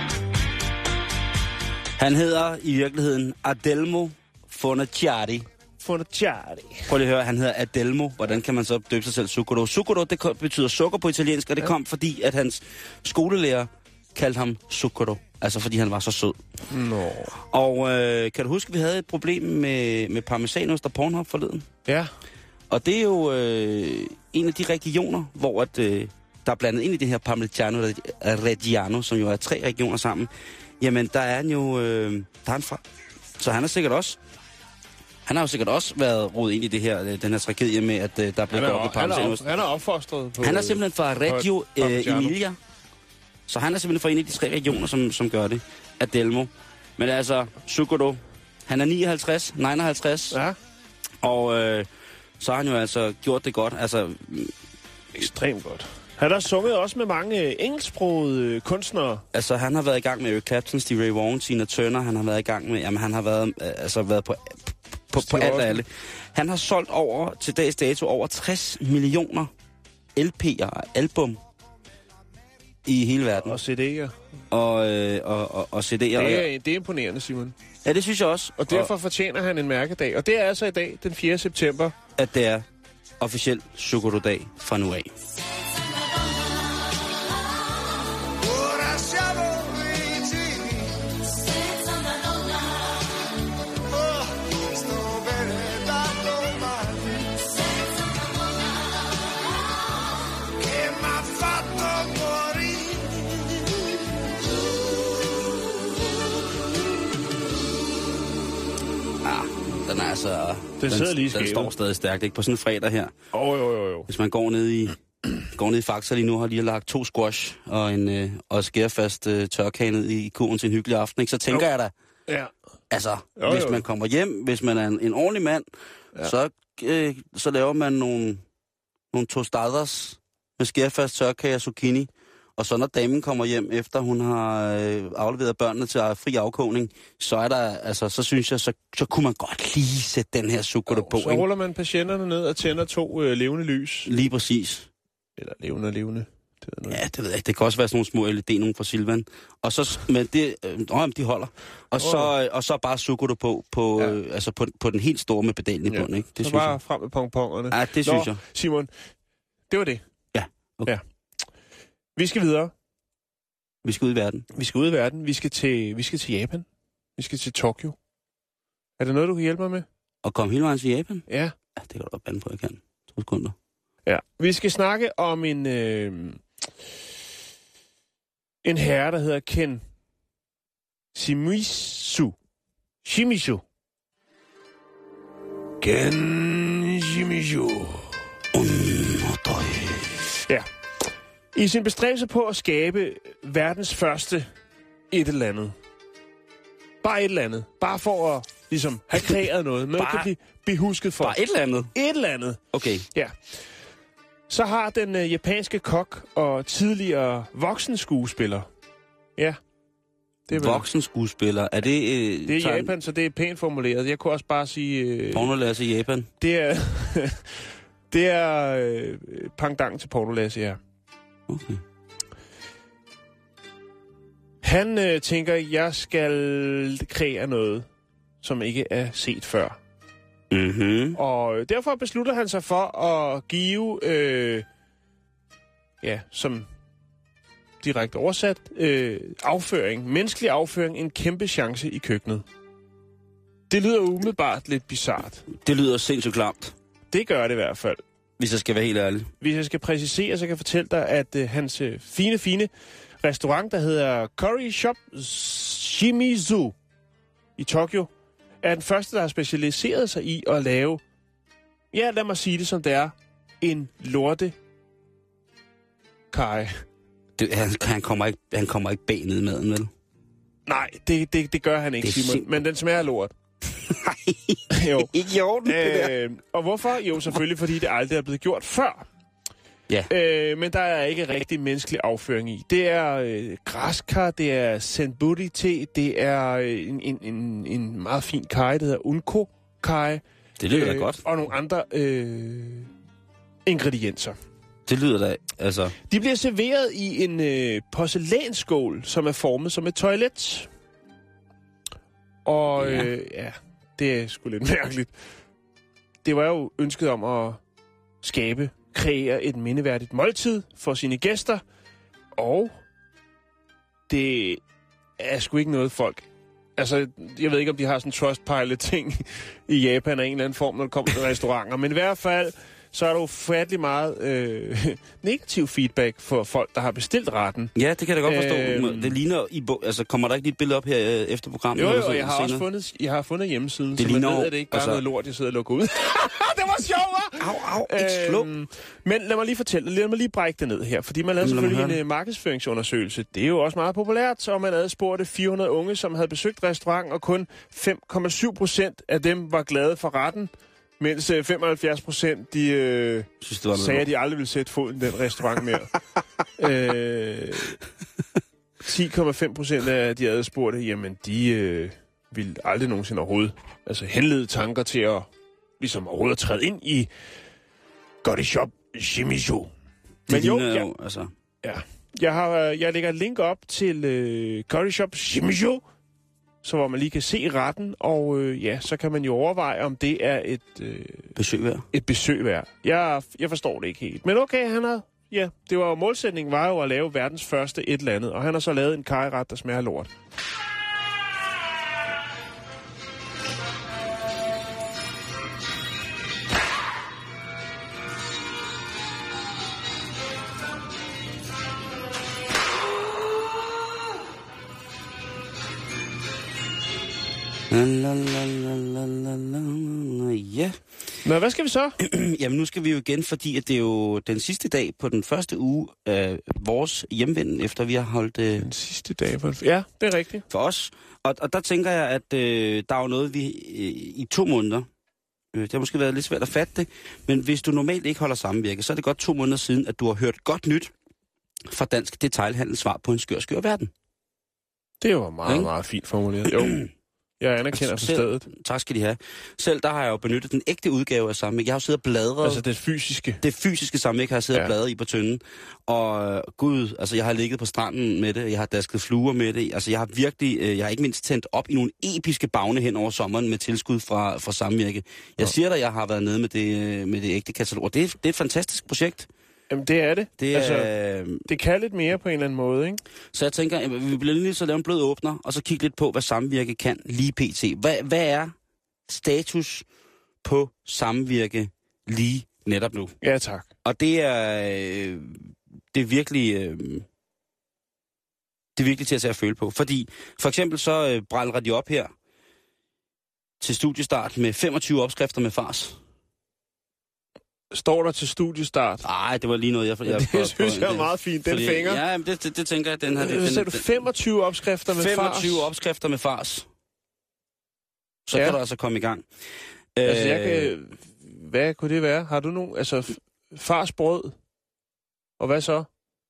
Han hedder i virkeligheden Adelmo Fornaciari. Prøv lige at høre, han hedder Adelmo. Hvordan kan man så døbe sig selv Sukhoro? Sukhoro, det betyder sukker på italiensk, og det kom fordi, at hans skolelærer kaldte ham Sukhoro. Altså fordi han var så sød. Nå. Og kan du huske, at vi havde et problem med parmesanost og Pornhub forleden? Ja. Og det er jo en af de regioner, hvor at, der er blandet ind i det her Parmigiano Reggiano, som jo er 3 regioner sammen. Jamen, der er han jo... der er han fra. Så han har jo sikkert også været rodet ind i det her, den her tragedie med, at der er blevet godt parmesanost. Han er opfostret på... Han er simpelthen fra Reggio Emilia. Så han er simpelthen fra en af de 3 regioner, som gør det. Adelmo. Men altså, Sukhoro, han er 59. Ja. Og... så har han jo altså gjort det godt. Altså, ekstremt godt. Han har sunget også med mange engelsksprogede kunstnere. Altså, han har været i gang med Eric Clapton, Stevie Ray Vaughan, Tina Turner. Han har været i gang med... Jamen, han har været på alt og alle. Han har solgt til dags dato over 60 millioner LP'er og album i hele verden. Og CD'er. Og CD'er. Det er imponerende, Simon. Ja, det synes jeg også. Og derfor fortjener han en mærkedag. Og det er altså i dag, den 4. september. At det er officielt Sukhoro-dag fra nu af. den er altså... Den sidder lige i den står stadig stærkt, ikke? På sådan en fredag her. Jo. Hvis man går ned i Fakta lige nu, har lige lagt 2 squash og skærfast tørkage ned i kurven til en hyggelig aften, ikke? Så tænker jeg da... Ja. Altså, hvis man kommer hjem, hvis man er en ordentlig mand, så laver man nogle tostadas med skærfast tørkage og zucchini. Og så når damen kommer hjem, efter hun har afleveret børnene til fri afkogning, så er der, altså, så synes jeg, så kunne man godt lige sætte den her sukker på. Så ruller man patienterne ned og tænder 2 levende lys. Lige præcis. Eller levende. Ja, det ved jeg ikke. Det kan også være sådan nogle små LED, nogle fra Silvan. Og så, men det, de holder. Og så bare sukker på altså på den helt store med pedalen i bunden, ikke? Det så synes bare jeg. Frem med pongpongerne. Ja, det synes jeg. Simon, det var det. Ja. Okay. Ja. Vi skal videre. Vi skal ud i verden. Vi skal til Japan. Vi skal til Tokyo. Er der noget, du kan hjælpe mig med? Og komme hele vejen til Japan? Ja. Ja, det kan du godt bande på, jeg kan. 2 sekunder. Ja. Vi skal snakke om en herre, der hedder Ken Shimizu. Ken Shimizu. Ja. I sin bestræbelse på at skabe verdens første et eller andet. Bare et eller andet. Bare for at ligesom have kreeret noget. Noget kan blive behusket for. Bare et eller andet? Et eller andet. Okay. Ja. Så har den japanske kok og tidligere voksenskuespiller. Ja. Det er voksenskuespiller? Er det... det er Japan, så det er pænt formuleret. Jeg kunne også bare sige... Pornolasse i Japan? Det er... det er pangdang til pornolasse, ja. Okay. Han tænker, jeg skal kreere noget, som ikke er set før. Mm-hmm. Og derfor beslutter han sig for at give, som direkte oversat, menneskelig afføring, en kæmpe chance i køkkenet. Det lyder umiddelbart lidt bizart. Det lyder sindssygt klamt. Det gør det i hvert fald. Hvis jeg skal være helt ærlig. Hvis jeg skal præcisere, så kan jeg fortælle dig, at hans fine restaurant, der hedder Curry Shop Shimizu i Tokyo, er den første, der har specialiseret sig i at lave, ja, lad mig sige det som det er, en lorte kaj. Han kommer ikke bag ned i maden, vel? Nej, det gør han ikke, Simon. Men den smager lort. Nej, jo. Ikke i orden, det der. Og hvorfor? Jo, selvfølgelig, fordi det aldrig er blevet gjort før. Ja. Men der er ikke rigtig menneskelig afføring i. Det er græskar, det er senburi-te, det er en meget fin kaj, der hedder unko-kaj. Det lyder da godt. Og nogle andre ingredienser. Det lyder da, altså... De bliver serveret i en porcelænsskål, som er formet som et toilet. Og det er sgu lidt mærkeligt. Det var jo ønsket om at kreere et mindeværdigt måltid for sine gæster. Og det er sgu ikke noget folk... Altså, jeg ved ikke, om de har sådan en Trustpilot-ting i Japan af en eller anden form, når det kommer til restauranter. Men i hvert fald, så er der ufattelig meget negativ feedback for folk, der har bestilt retten. Ja, det kan jeg da godt forstå. Det ligner altså kommer der ikke lige et billede op her efter programmet? Jo, jeg har også fundet hjemmesiden, så man ved, at det ikke bare er noget lort, jeg sidder og lukker ud. Det var sjovt, hva'? Au, ikke slå. Men lad mig lige fortælle, lad mig lige brække det ned her, fordi man lavede selvfølgelig en markedsføringsundersøgelse. Det er jo også meget populært, så man adspurgte 400 unge, som havde besøgt restauranten, og kun 5,7% af dem var glade for retten. Mens 75% sagde, at de aldrig ville sætte foden i den restaurant mere. 10,5% af de adspurgte, jamen de ville aldrig nogensinde overhovedet henlede tanker til at ligesom overhovedet træde ind i Curry Shop Shimizu. Men jeg lægger et link op til Curry Shop Shimizu, så hvor man lige kan se retten, og så kan man jo overveje, om det er et besøg værd. Jeg forstår det ikke helt. Men okay, det var jo målsætningen var jo at lave verdens første et eller andet, og han har så lavet en kajret, der smager lort. Ja. Nå, hvad skal vi så? Jamen, nu skal vi jo igen, fordi at det er jo den sidste dag på den første uge af vores hjemvenden, efter vi har holdt... Den sidste dag på... Ja, det er rigtigt. For os. Og der tænker jeg, at der er jo noget, vi i 2 måneder... det har måske været lidt svært at fatte det, men hvis du normalt ikke holder samvirke, så er det godt 2 måneder siden, at du har hørt godt nyt fra Dansk Detailhandel svar på en skør verden. Det var meget, meget fint formuleret. Jo, jeg anerkender for stedet. Tak skal de have. Selv der har jeg jo benyttet den ægte udgave af samvirke. Jeg har jo siddet og bladret. Altså det fysiske? Det fysiske samvirke har jeg siddet og bladret i på tønden. Og gud, altså jeg har ligget på stranden med det. Jeg har dasket fluer med det. Altså jeg har virkelig, jeg har ikke mindst tændt op i nogle episke bagne hen over sommeren med tilskud fra samvirke. Jeg siger dig, jeg har været nede med det ægte katalog. Det er et fantastisk projekt. Jamen, det er det. Det kan lidt mere på en eller anden måde, ikke? Så jeg tænker, vi bliver lige så lave en blød åbner, og så kigge lidt på, hvad samvirke kan lige pt. Hvad er status på samvirke lige netop nu? Ja, tak. Og det er virkelig... Det er virkelig til at tage at føle på. Fordi for eksempel så brænder de op her til studiestart med 25 opskrifter med fars. Står der til studiestart? Nej, det var lige noget, jeg det synes jeg er meget fint. Den fænger. Ja, men det tænker jeg, den her... Så du 25 opskrifter med 25 fars? 25 opskrifter med fars. Så kan du altså komme i gang. Altså, hvad kunne det være? Har du nogen... Altså, farsbrød? Og hvad så?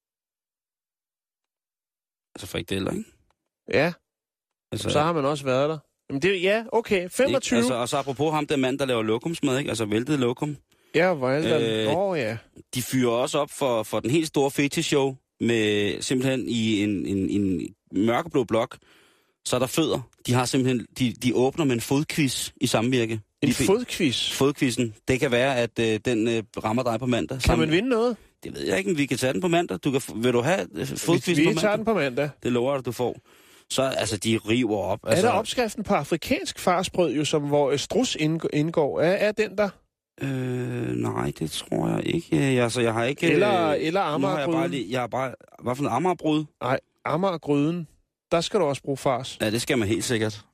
Altså frikadeller, ikke? Ja. Altså, så har man også været der. Jamen det, ja, okay. 25. Altså, og så apropos ham, der mand, der laver lokumsmad, ikke? Altså væltet lokum. Ja, hvor er det? Ja. De fyrer også op for den helt store fetish-show med simpelthen i en mørkeblå blok. Så er der fødder. De har simpelthen, de åbner med en fodquiz i samvirke. En fodquiz? Fodquizzen. Det kan være, at den rammer dig på mandag. Kan man vinde noget? Det ved jeg ikke, men vi kan tage den på mandag. Vil du have fodquizzen på mandag? Vi tager den på mandag. Det lover du får. Så altså, de river op. Altså, er der opskriften på afrikansk farsbrød, jo, som hvor strus indgår? Er den der? Nej, det tror jeg ikke. Altså, jeg har ikke... Eller Amagergryden. Jeg har bare... Hvad for noget Amagerbrød? Nej, Amagergryden. Der skal du også bruge fars. Ja, det skal man helt sikkert.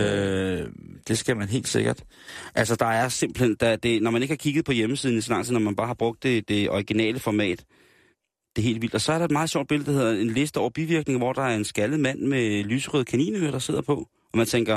Det skal man helt sikkert. Altså, der er simpelthen... når man ikke har kigget på hjemmesiden i så lang tid, når man bare har brugt det originale format, det er helt vildt. Og så er der et meget sjovt billede, der hedder en liste over bivirkninger, hvor der er en skaldet mand med lyserøde kaninører, der sidder på. Og man tænker,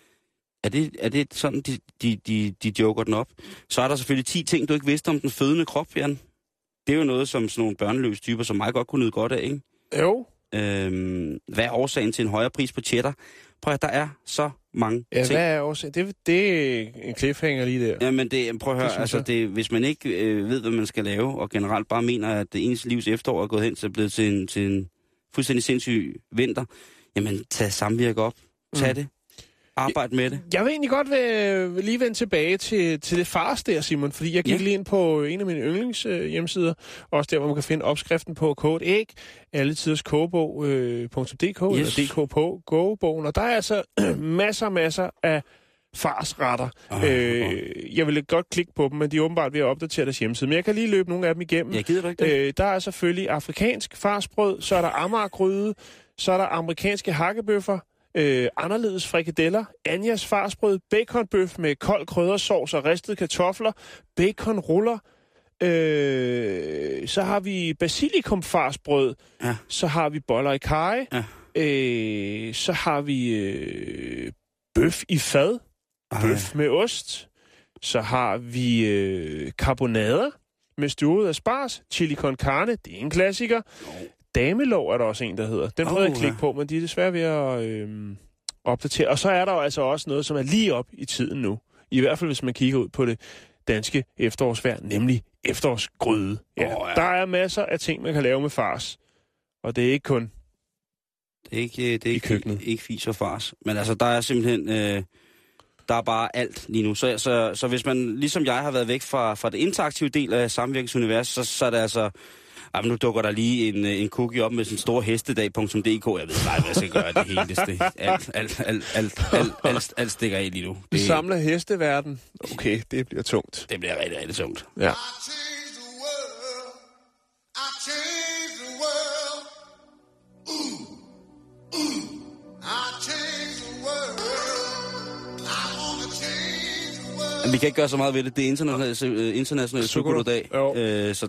er det sådan, de joker den op? Så er der selvfølgelig 10 ting, du ikke vidste om den fødende krop, Jan. Det er jo noget, som sådan nogle børneløse typer, som meget godt kunne nyde godt af, ikke? Jo. Hvad er årsagen til en højere pris på cheddar? Prøv at der er så mange ting. Hvad er årsagen? Det er en cliffhanger lige der. Jamen, prøv at høre, altså hvis man ikke ved, hvad man skal lave, og generelt bare mener, at det ens livs efterår er gået hen, så er blevet til en fuldstændig sindssyg vinter, jamen tag samvirke op. Tag det. Arbejd med det. Jeg vil egentlig godt lige vende tilbage til det fars der, Simon, fordi jeg gik lige ind på en af mine yndlings hjemmesider, også der, hvor man kan finde opskriften på kogt æg, alletidskogebog.dk eller DK på kogebogen, og der er altså masser af farsretter. Jeg vil godt klikke på dem, men de er åbenbart ved at opdatere deres hjemmeside. Men jeg kan lige løbe nogle af dem igennem. Jeg gider ikke det. Der er selvfølgelig afrikansk farsbrød, så er der Amagergryde, så er der amerikanske hakkebøffer, anderledes frikadeller, Anjas farsbrød, baconbøf med kold kryddersovs og ristede kartofler, baconruller, så har vi basilikum farsbrød, så har vi boller i karry, så har vi bøf i fad, bøf med ost, så har vi karbonader med stuvet asparges, chili con carne, det er en klassiker. Damelov er der også en, der hedder. Den prøvede jeg at klikke på, men de er desværre ved at opdatere. Og så er der jo altså også noget, som er lige op i tiden nu. I hvert fald, hvis man kigger ud på det danske efterårsvejr, nemlig efterårsgryde. Ja, der er masser af ting, man kan lave med fars. Og det er ikke kun det er ikke fis og fars. Men altså, der er simpelthen... der er bare alt lige nu. Så hvis man, ligesom jeg, har været væk fra det interaktive del af samvirkesunivers, så er det altså... Jamen, nu dukker der lige en cookie op med sådan en stor hestedag.dk. Jeg ved bare, hvad jeg skal gøre det hele. Alt stikker af lige nu. Det samler hesteverden. Okay, det bliver tungt. Det bliver rigtig, rigtig tungt. Ja. Vi kan ikke gøre så meget ved det. Det er international Sukkolo-dag. Så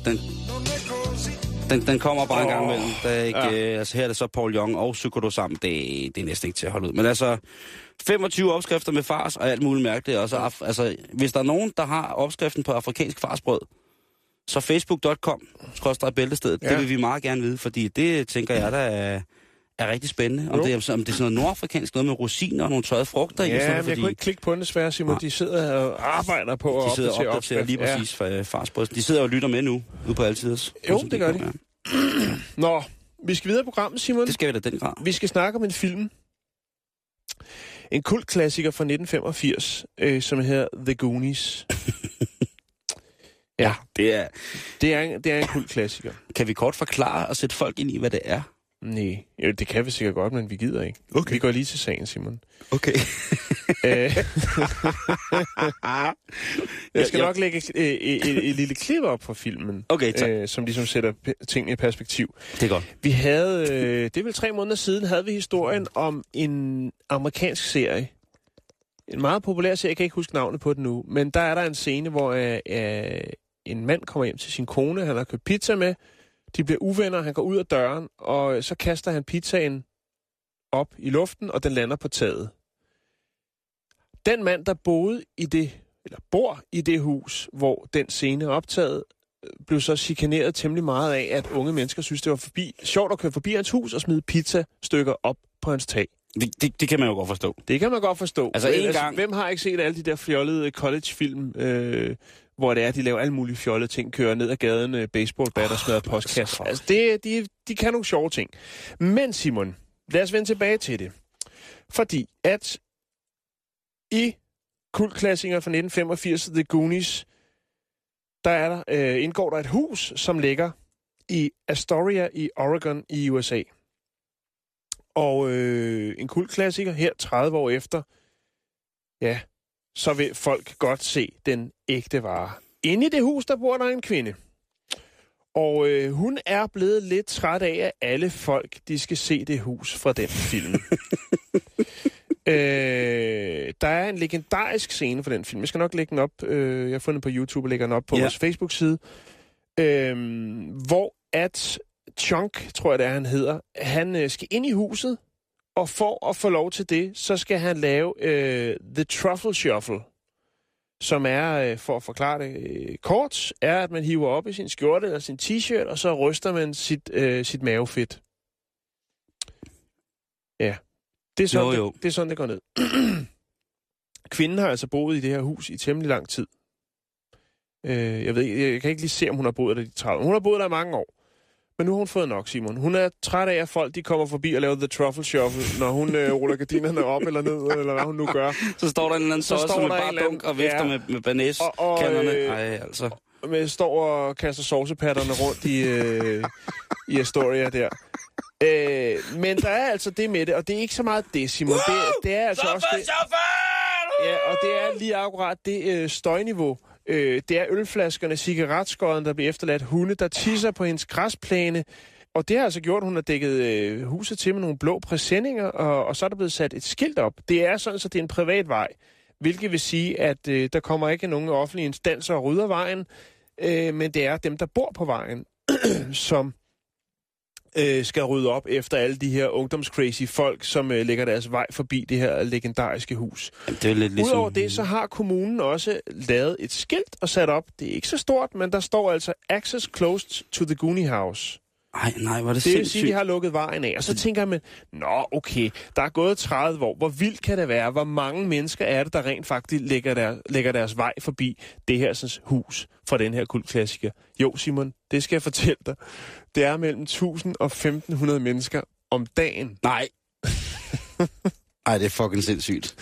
den kommer bare en gang imellem. Der er ikke, altså her er det så Paul Young og Sukkolo sammen. Det er næsten ikke til at holde ud. Men altså, 25 opskrifter med fars og alt muligt mærkeligt. Altså, hvis der er nogen, der har opskriften på afrikansk farsbrød, så facebook.com/bæltestedet. Det vil vi meget gerne vide, fordi det tænker jeg, der er rigtig spændende. Om det er sådan noget nordafrikansk, noget med rosiner og nogle tørrede frugter. Ja, men jeg kunne ikke klikke på den desværre, Simon. De sidder og arbejder på at opdatere lige præcis farsbrød. De sidder og lytter med nu, ude på Altiders. Jo, det gør de. Nå, vi skal videre i programmet, Simon. Det skal vi da den grad. Vi skal snakke om en film. En kultklassiker fra 1985, som hedder The Goonies. Ja, det er en kultklassiker. Kan vi kort forklare og sætte folk ind i, hvad det er? Nej, det kan vi sikkert godt, men vi gider ikke. Okay. Vi går lige til sagen, Simon. Okay. Jeg skal nok lægge et lille klip op fra filmen, okay, som ligesom sætter tingene i perspektiv. Det er godt. Vi havde, det er vel 3 måneder siden, havde vi historien om en amerikansk serie. En meget populær serie, jeg kan ikke huske navnet på den nu, men der er der en scene, hvor en mand kommer hjem til sin kone, han har købt pizza med, de bliver uvenner, han går ud af døren, og så kaster han pizzaen op i luften, og den lander på taget. Den mand, der bor i det hus, hvor den scene er optaget, blev så chikaneret temmelig meget af, at unge mennesker synes, det var sjovt at køre forbi hans hus og smide pizzastykker op på hans tag. Det kan man jo godt forstå. Det kan man godt forstå. Altså, hvem har ikke set alle de der fjollede college-film, hvor det er, de laver alle mulige fjollede ting, kører ned ad gaden, baseballbat og smadrer postkasser. Altså, de kan nogle sjove ting. Men Simon, lad os vende tilbage til det. Fordi at i kultklassiker fra 1985, The Goonies, der indgår der et hus, som ligger i Astoria i Oregon i USA. Og en kultklassiker her 30 år efter, ja, så vil folk godt se den ægte vare. Inde i det hus, der bor der en kvinde. Og hun er blevet lidt træt af, at alle folk, de skal se det hus fra den film. Der er en legendarisk scene fra den film. Jeg skal nok lægge den op. Jeg har fundet på YouTube og lægger den op på vores Facebook-side. Hvor at Chunk, tror jeg det er, han hedder, han skal ind i huset, og for at få lov til det, så skal han lave The Truffle Shuffle, som er, for at forklare det kort, er, at man hiver op i sin skjorte eller sin t-shirt, og så ryster man sit mavefedt. Ja, det er sådan, det er sådan, det går ned. Kvinden har altså boet i det her hus i temmelig lang tid. Jeg kan ikke lige se, om hun har boet der i 30. Hun har boet der i mange år. Men nu har hun fået nok, Simon. Hun er træt af, at folk de kommer forbi og laver The Truffle Shuffle, når hun ruller gardinerne op eller ned, eller hvad hun nu gør. Så står der en eller anden tosse med bare dunk og vifter med banæskanderne. Altså. Står og kaster sovsepatterne rundt i Astoria der. Men der er altså det med det, og det er ikke så meget det, Simon. Det er altså også det. Ja, og det er lige akkurat det støjniveau. Det er ølflaskerne, cigaretskåden, der bliver efterladt, hunde, der tisser på hendes græsplæne. Og det har altså gjort, at hun har dækket huset til med nogle blå præsendinger, og så er der blevet sat et skilt op. Det er sådan, så det er en privat vej, hvilket vil sige, at der kommer ikke nogen offentlige instanser og rydder vejen, men det er dem, der bor på vejen, som skal rydde op efter alle de her ungdomscrazy folk, som lægger deres vej forbi det her legendariske hus. Det er lidt ligesom... Udover det, så har kommunen også lavet et skilt og sat op. Det er ikke så stort, men der står altså Access Closed to the Goonie House. Nej, var det sindssygt. Det vil sige, at de har lukket vejen af. Og så tænker man, nå okay, der er gået 30 år. Hvor vildt kan det være? Hvor mange mennesker er det, der rent faktisk lægger deres vej forbi det her sådan, hus fra den her kultklassiker? Jo, Simon, det skal jeg fortælle dig. Det er mellem 1000 og 1500 mennesker om dagen. Nej. Ej, det er fucking sindssygt.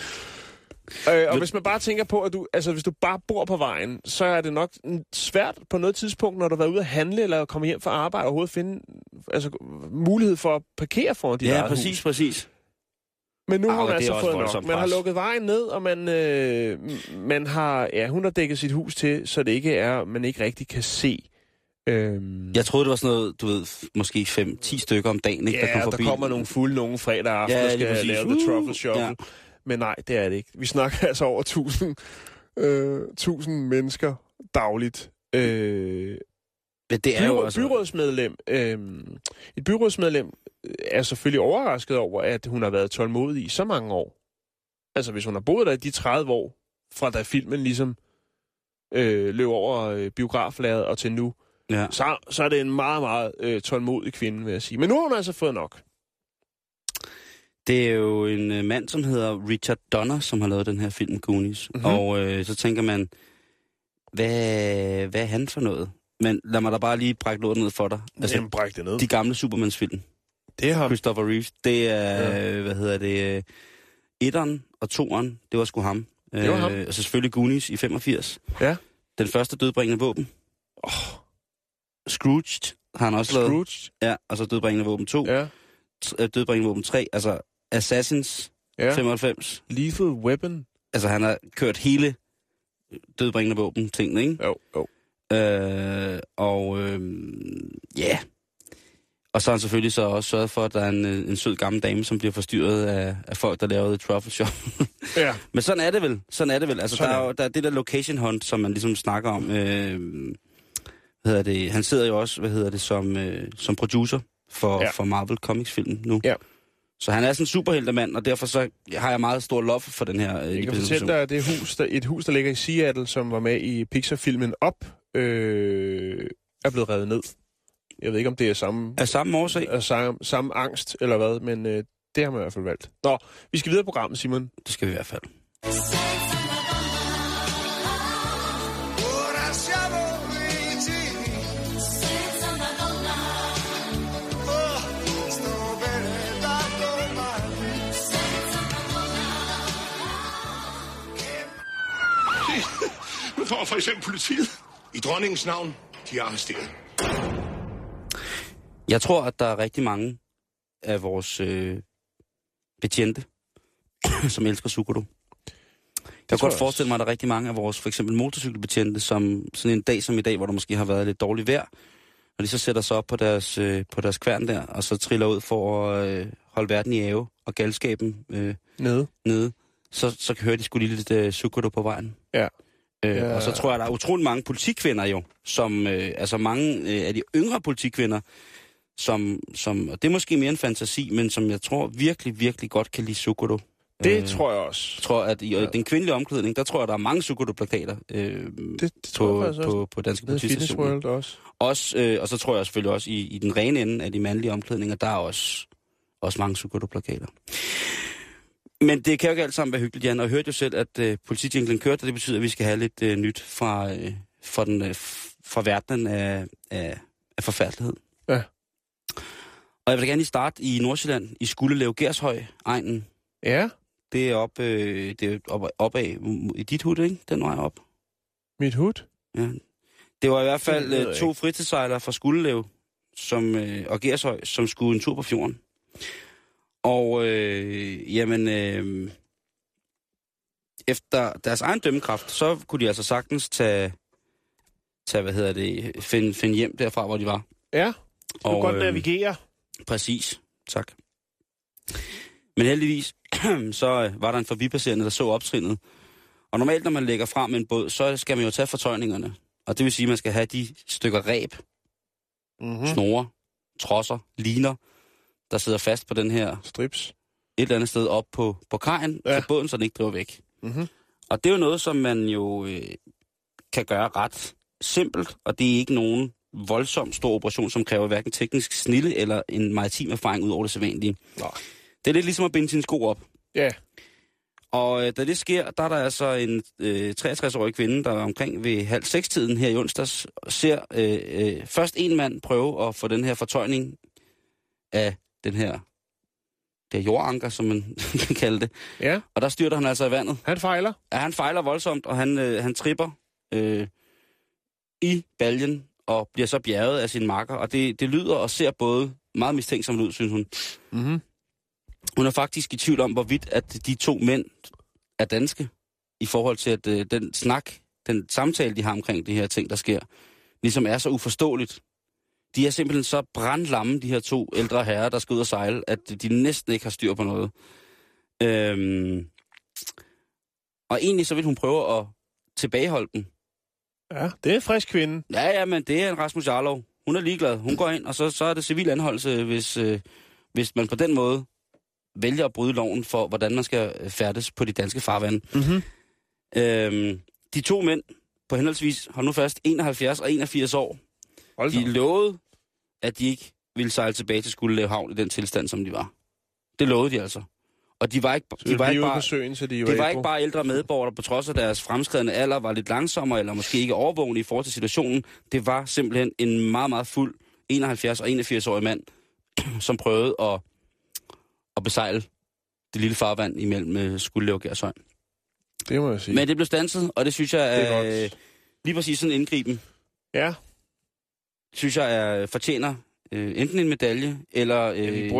Og hvis man bare tænker på, at hvis du bare bor på vejen, så er det nok svært på noget tidspunkt, når du har været ude at handle eller komme hjem fra arbejde, overhovedet finde mulighed for at parkere foran dit eget hus. Ja, præcis. Men nu har man altså fået nok. Man har lukket vejen ned, og man har, hun har dækket sit hus til, så det ikke er, man ikke rigtig kan se. Jeg troede, det var sådan noget, du ved, måske 5-10 stykker om dagen, ikke, der kom forbi. Ja, der kommer nogle fulde nogen fredag aften, der skal lave The Truffle Shuffle. Ja. Men nej, det er det ikke. Vi snakker altså over 1000 1000 mennesker dagligt. Det er jo altså... byrådsmedlem. Et byrådsmedlem er selvfølgelig overrasket over, at hun har været tålmodig i så mange år. Altså, hvis hun har boet der i de 30 år, fra da filmen ligesom løb over biograflærredet og til nu, så er det en meget, meget tålmodig kvinde, vil jeg sige. Men nu har hun altså fået nok. Det er jo en mand, som hedder Richard Donner, som har lavet den her film, Goonies. Mm-hmm. Og så tænker man, hvad er han for noget? Men lad mig da bare lige brække lortet ned for dig. Altså, bræk det ned. De gamle Supermans-film. Det har Christopher Reeves. Det er, etteren og toeren, det var sgu ham. Det var ham. Altså selvfølgelig Goonies i 85. Ja. Den første dødbringende våben. Scrooged har han også lavet. Scrooged? Ja, og så dødbringende våben 2. Ja. Dødbringende våben 3, altså Assassins 95. Lethal Weapon. Altså han har kørt hele dødbringende våben tingene, ikke? Jo. Ja. Og så har han selvfølgelig så også sørget for, at der er en sød gammel dame, som bliver forstyrret af folk, der lavede Truffle Shop. Ja. Men sådan er det vel. Altså der er det der location hunt, som man ligesom snakker om. Han sidder jo også, som producer for Marvel Comics-film nu. Ja. Så han er sådan en superheltemand, og derfor så har jeg meget stor love for den her. Jeg kan fortælle dig, at et hus, der ligger i Seattle, som var med i Pixar-filmen Up, er blevet revet ned. Jeg ved ikke, om det er samme årsag? Samme angst, eller hvad, men det har man i hvert fald valgt. Nå, vi skal videre på programmet, Simon. Det skal vi i hvert fald. Nu får for eksempel politiet. I dronningens navn, de er arresteret. Jeg tror, at der er rigtig mange af vores betjente, som elsker Sukodo. Jeg kan godt forestille mig, at der er rigtig mange af vores for eksempel motorcykelbetjente, som sådan en dag som i dag, hvor der måske har været lidt dårligt vejr, og de så sætter sig op på deres kværn der, og så triller ud for at holde verden i ave og galskaben nede. Så hører de sgu lige lidt Sukodo på vejen. Ja. Og så tror jeg, der er utrolig mange politikvinder jo, som, altså mange af de yngre politikvinder, som, og det er måske mere en fantasi, men som jeg tror virkelig, virkelig godt kan lide Sukodo. Det tror jeg også. Jeg tror, at i den kvindelige omklædning, der tror jeg, der er mange Sukodo-plakater det tror jeg også. På danske politistationer. Fitness World også. Og så tror jeg selvfølgelig også, i den rene ende af de mandlige omklædninger, der er også mange Sukodo-plakater. Men det kan jo ikke alt sammen være hyggeligt, Jan. Og jeg hørte jo selv, at politijinglen kørte, og det betyder, at vi skal have lidt nyt fra verdenen af forfærdelighed. Ja. Og jeg vil gerne lige starte i Nordsjælland, i Skuldelev Gershøj egnen. Ja. Det er op af i dit hud, ikke? Den vej op. Mit hud? Ja. Det var i hvert fald 2 fritidssejlere fra Skuldelev og Gershøj, som skulle en tur på fjorden. Og efter deres egen dømmekraft, så kunne de altså sagtens finde hjem derfra, hvor de var. Ja, du kunne godt navigere. Præcis, tak. Men heldigvis, så var der en forbipasserende, der så optrinnet. Og normalt, når man lægger frem en båd, så skal man jo tage fortøjningerne. Og det vil sige, at man skal have de stykker reb, snore, trosser, liner, der sidder fast på den her strips et eller andet sted op på kajen, på båden, så den ikke driver væk. Mm-hmm. Og det er jo noget, som man jo kan gøre ret simpelt, og det er ikke nogen voldsomt stor operation, som kræver hverken teknisk snille eller en maritim erfaring ud over det sædvanlige. Det er lidt ligesom at binde sine sko op. Ja. Yeah. Og da det sker, der er der altså en 63-årig kvinde, der omkring ved 5:30 her i onsdags, ser først en mand prøve at få den her fortøjning af den her jordanker, som man kan kalde det. Ja. Og der styrter han altså i vandet. Han fejler? Ja, han fejler voldsomt, og han tripper i baljen og bliver så bjerget af sin makker. Og det lyder og ser både meget mistænksomt ud, synes hun. Mm-hmm. Hun er faktisk i tvivl om, hvorvidt at de 2 mænd er danske, i forhold til, at den samtale, de har omkring de her ting, der sker, ligesom er så uforståeligt. De er simpelthen så brandlamme, de her 2 ældre herrer, der skal ud og sejle, at de næsten ikke har styr på noget. Og egentlig så vil hun prøve at tilbageholdt dem. Ja, det er en frisk kvinde. Ja, men det er en Rasmus Jarlov. Hun er ligeglad. Hun går ind, og så er det civil anholdelse, hvis man på den måde vælger at bryde loven for, hvordan man skal færdes på de danske farvande. Mm-hmm. De to mænd på henholdsvis, hold nu fast, 71 og 81 år, de lovede, at de ikke ville sejle tilbage til Skuldelev Havn i den tilstand, som de var. Det lovede de altså. Og de var ikke, bare ældre medborgere, der på trods af deres fremskredne alder var lidt langsommere, eller måske ikke overvågne i forhold til situationen. Det var simpelthen en meget, meget fuld 71 og 81-årig mand, som prøvede at besejle det lille farvand imellem Skuldelev og Gershøj. Det må jeg sige. Men det blev standset, og det synes jeg er lige præcis sådan indgriben. Ja. Synes jeg fortjener enten en medalje, eller...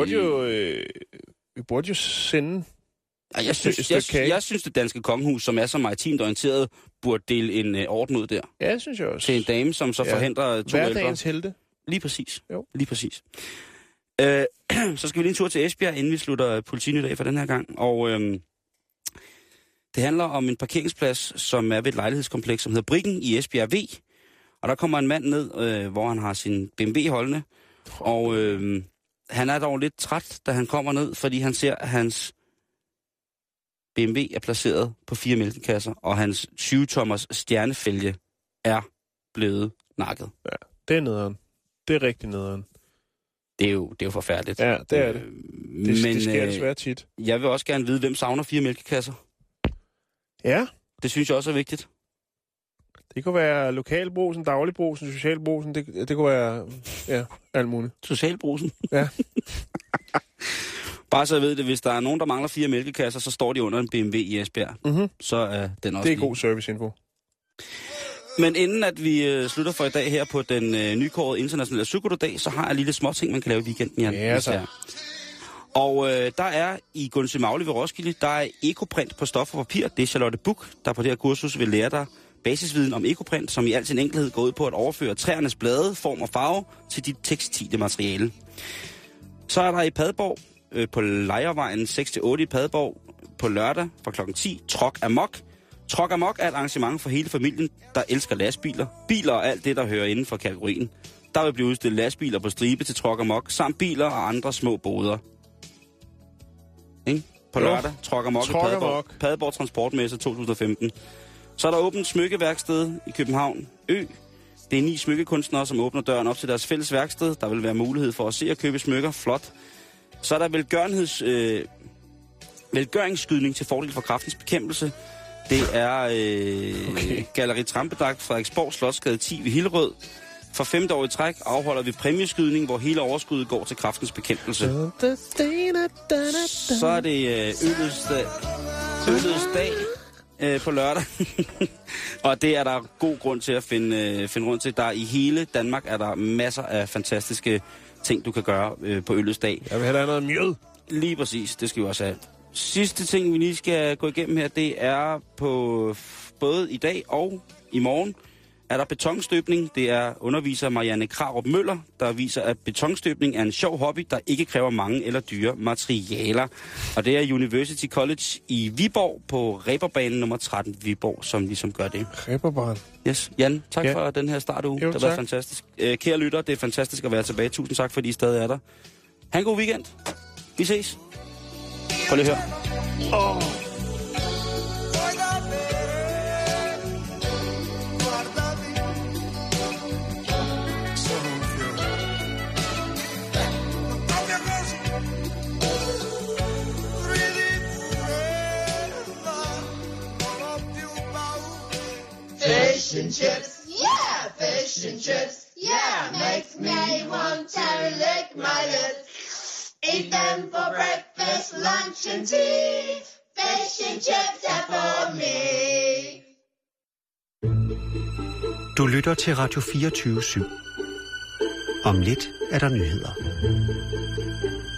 Vi burde jo sende jeg synes, det danske kongehus, som er så maritimt orienteret, burde dele en orden ud der. Ja, det synes jeg også. Til en dame, som så forhindrer to ældre. Hverdagens helte. Lige præcis. Jo. Lige præcis. Så skal vi lige en tur til Esbjerg, inden vi slutter Politinyt af for den her gang. Og det handler om en parkeringsplads, som er ved et lejlighedskompleks, som hedder Briggen i Esbjerg V. Og der kommer en mand ned, hvor han har sin BMW holdende. Og han er dog lidt træt, da han kommer ned, fordi han ser, at hans BMW er placeret på 4 mælkekasser, og hans 20-tommers stjernefælge er blevet nakket. Ja, det er nederen. Det er rigtig nederen. Det er jo forfærdeligt. Ja, det er det. Det sker desværre tit. Jeg vil også gerne vide, hvem savner 4 mælkekasser. Ja. Det synes jeg også er vigtigt. Det kunne være lokalbrusen, dagligbrusen, socialbrusen. Det kunne være, alt muligt. Socialbrusen? Ja. Bare så jeg ved det, hvis der er nogen, der mangler 4 mælkekasser, så står de under en BMW i Esbjerg. Mm-hmm. Så er den også det er god serviceinfo. Men inden at vi slutter for i dag her på den nykårede internationale cykeldag, så har jeg lige lidt små ting, man kan lave i weekenden, Jan. Ja, så. Og der er i Gunse Magli ved Roskilde, der er ekoprint på stof og papir. Det er Charlotte Buch, der på det her kursus vil lære dig basisviden om ekoprint, som i al sin enkelhed går ud på at overføre træernes blade, form og farve til dit tekstile materiale. Så er der i Padborg på Lejervejen 6-8 i Padborg på lørdag fra kl. 10, Trok Amok. Trok Amok er et arrangement for hele familien, der elsker lastbiler, biler og alt det, der hører inden for kategorien. Der vil blive udstillet lastbiler på stribe til Trok Amok, samt biler og andre små boder. På lørdag, Trok Amok i Padborg Transportmesse 2015. Så er der åbent smykkeværksted i København Ø. Det er 9 smykkekunstnere, som åbner døren op til deres fælles værksted. Der vil være mulighed for at se og købe smykker. Flot. Så er der velgøringsskydning til fordel for kræftens bekæmpelse. Det er Galleri Trampedragt, Frederiksborg Slotsgade 10 ved Hillerød. For 5. år i træk afholder vi præmieskydning, hvor hele overskuddet går til kræftens bekæmpelse. Så er det Øllets dag på lørdag. Og det er der god grund til at finde rundt til. Der i hele Danmark er der masser af fantastiske ting, du kan gøre på Øllets dag. Jeg vil have noget mjød. Lige præcis, det skal vi også have. Sidste ting, vi lige skal gå igennem her, det er på både i dag og i morgen, er der betonstøbning. Det er underviser Marianne Krarup Møller, der viser, at betonstøbning er en sjov hobby, der ikke kræver mange eller dyre materialer. Og det er University College i Viborg på Reberbanen nummer 13 Viborg, som ligesom gør det. Reberbanen? Yes. Jan, tak for den her startuge. Det har været fantastisk. Kære lytter, det er fantastisk at være tilbage. Tusind tak, fordi I stadig er der. Ha' en god weekend. Vi ses. Prøv lige at høre. Fish and chips, yeah, fish and chips, yeah, makes me want to lick my lips. Eat them for breakfast, lunch and tea. Fish and chips are for me. Du lytter til Radio 24/7. Om lidt er der nyheder.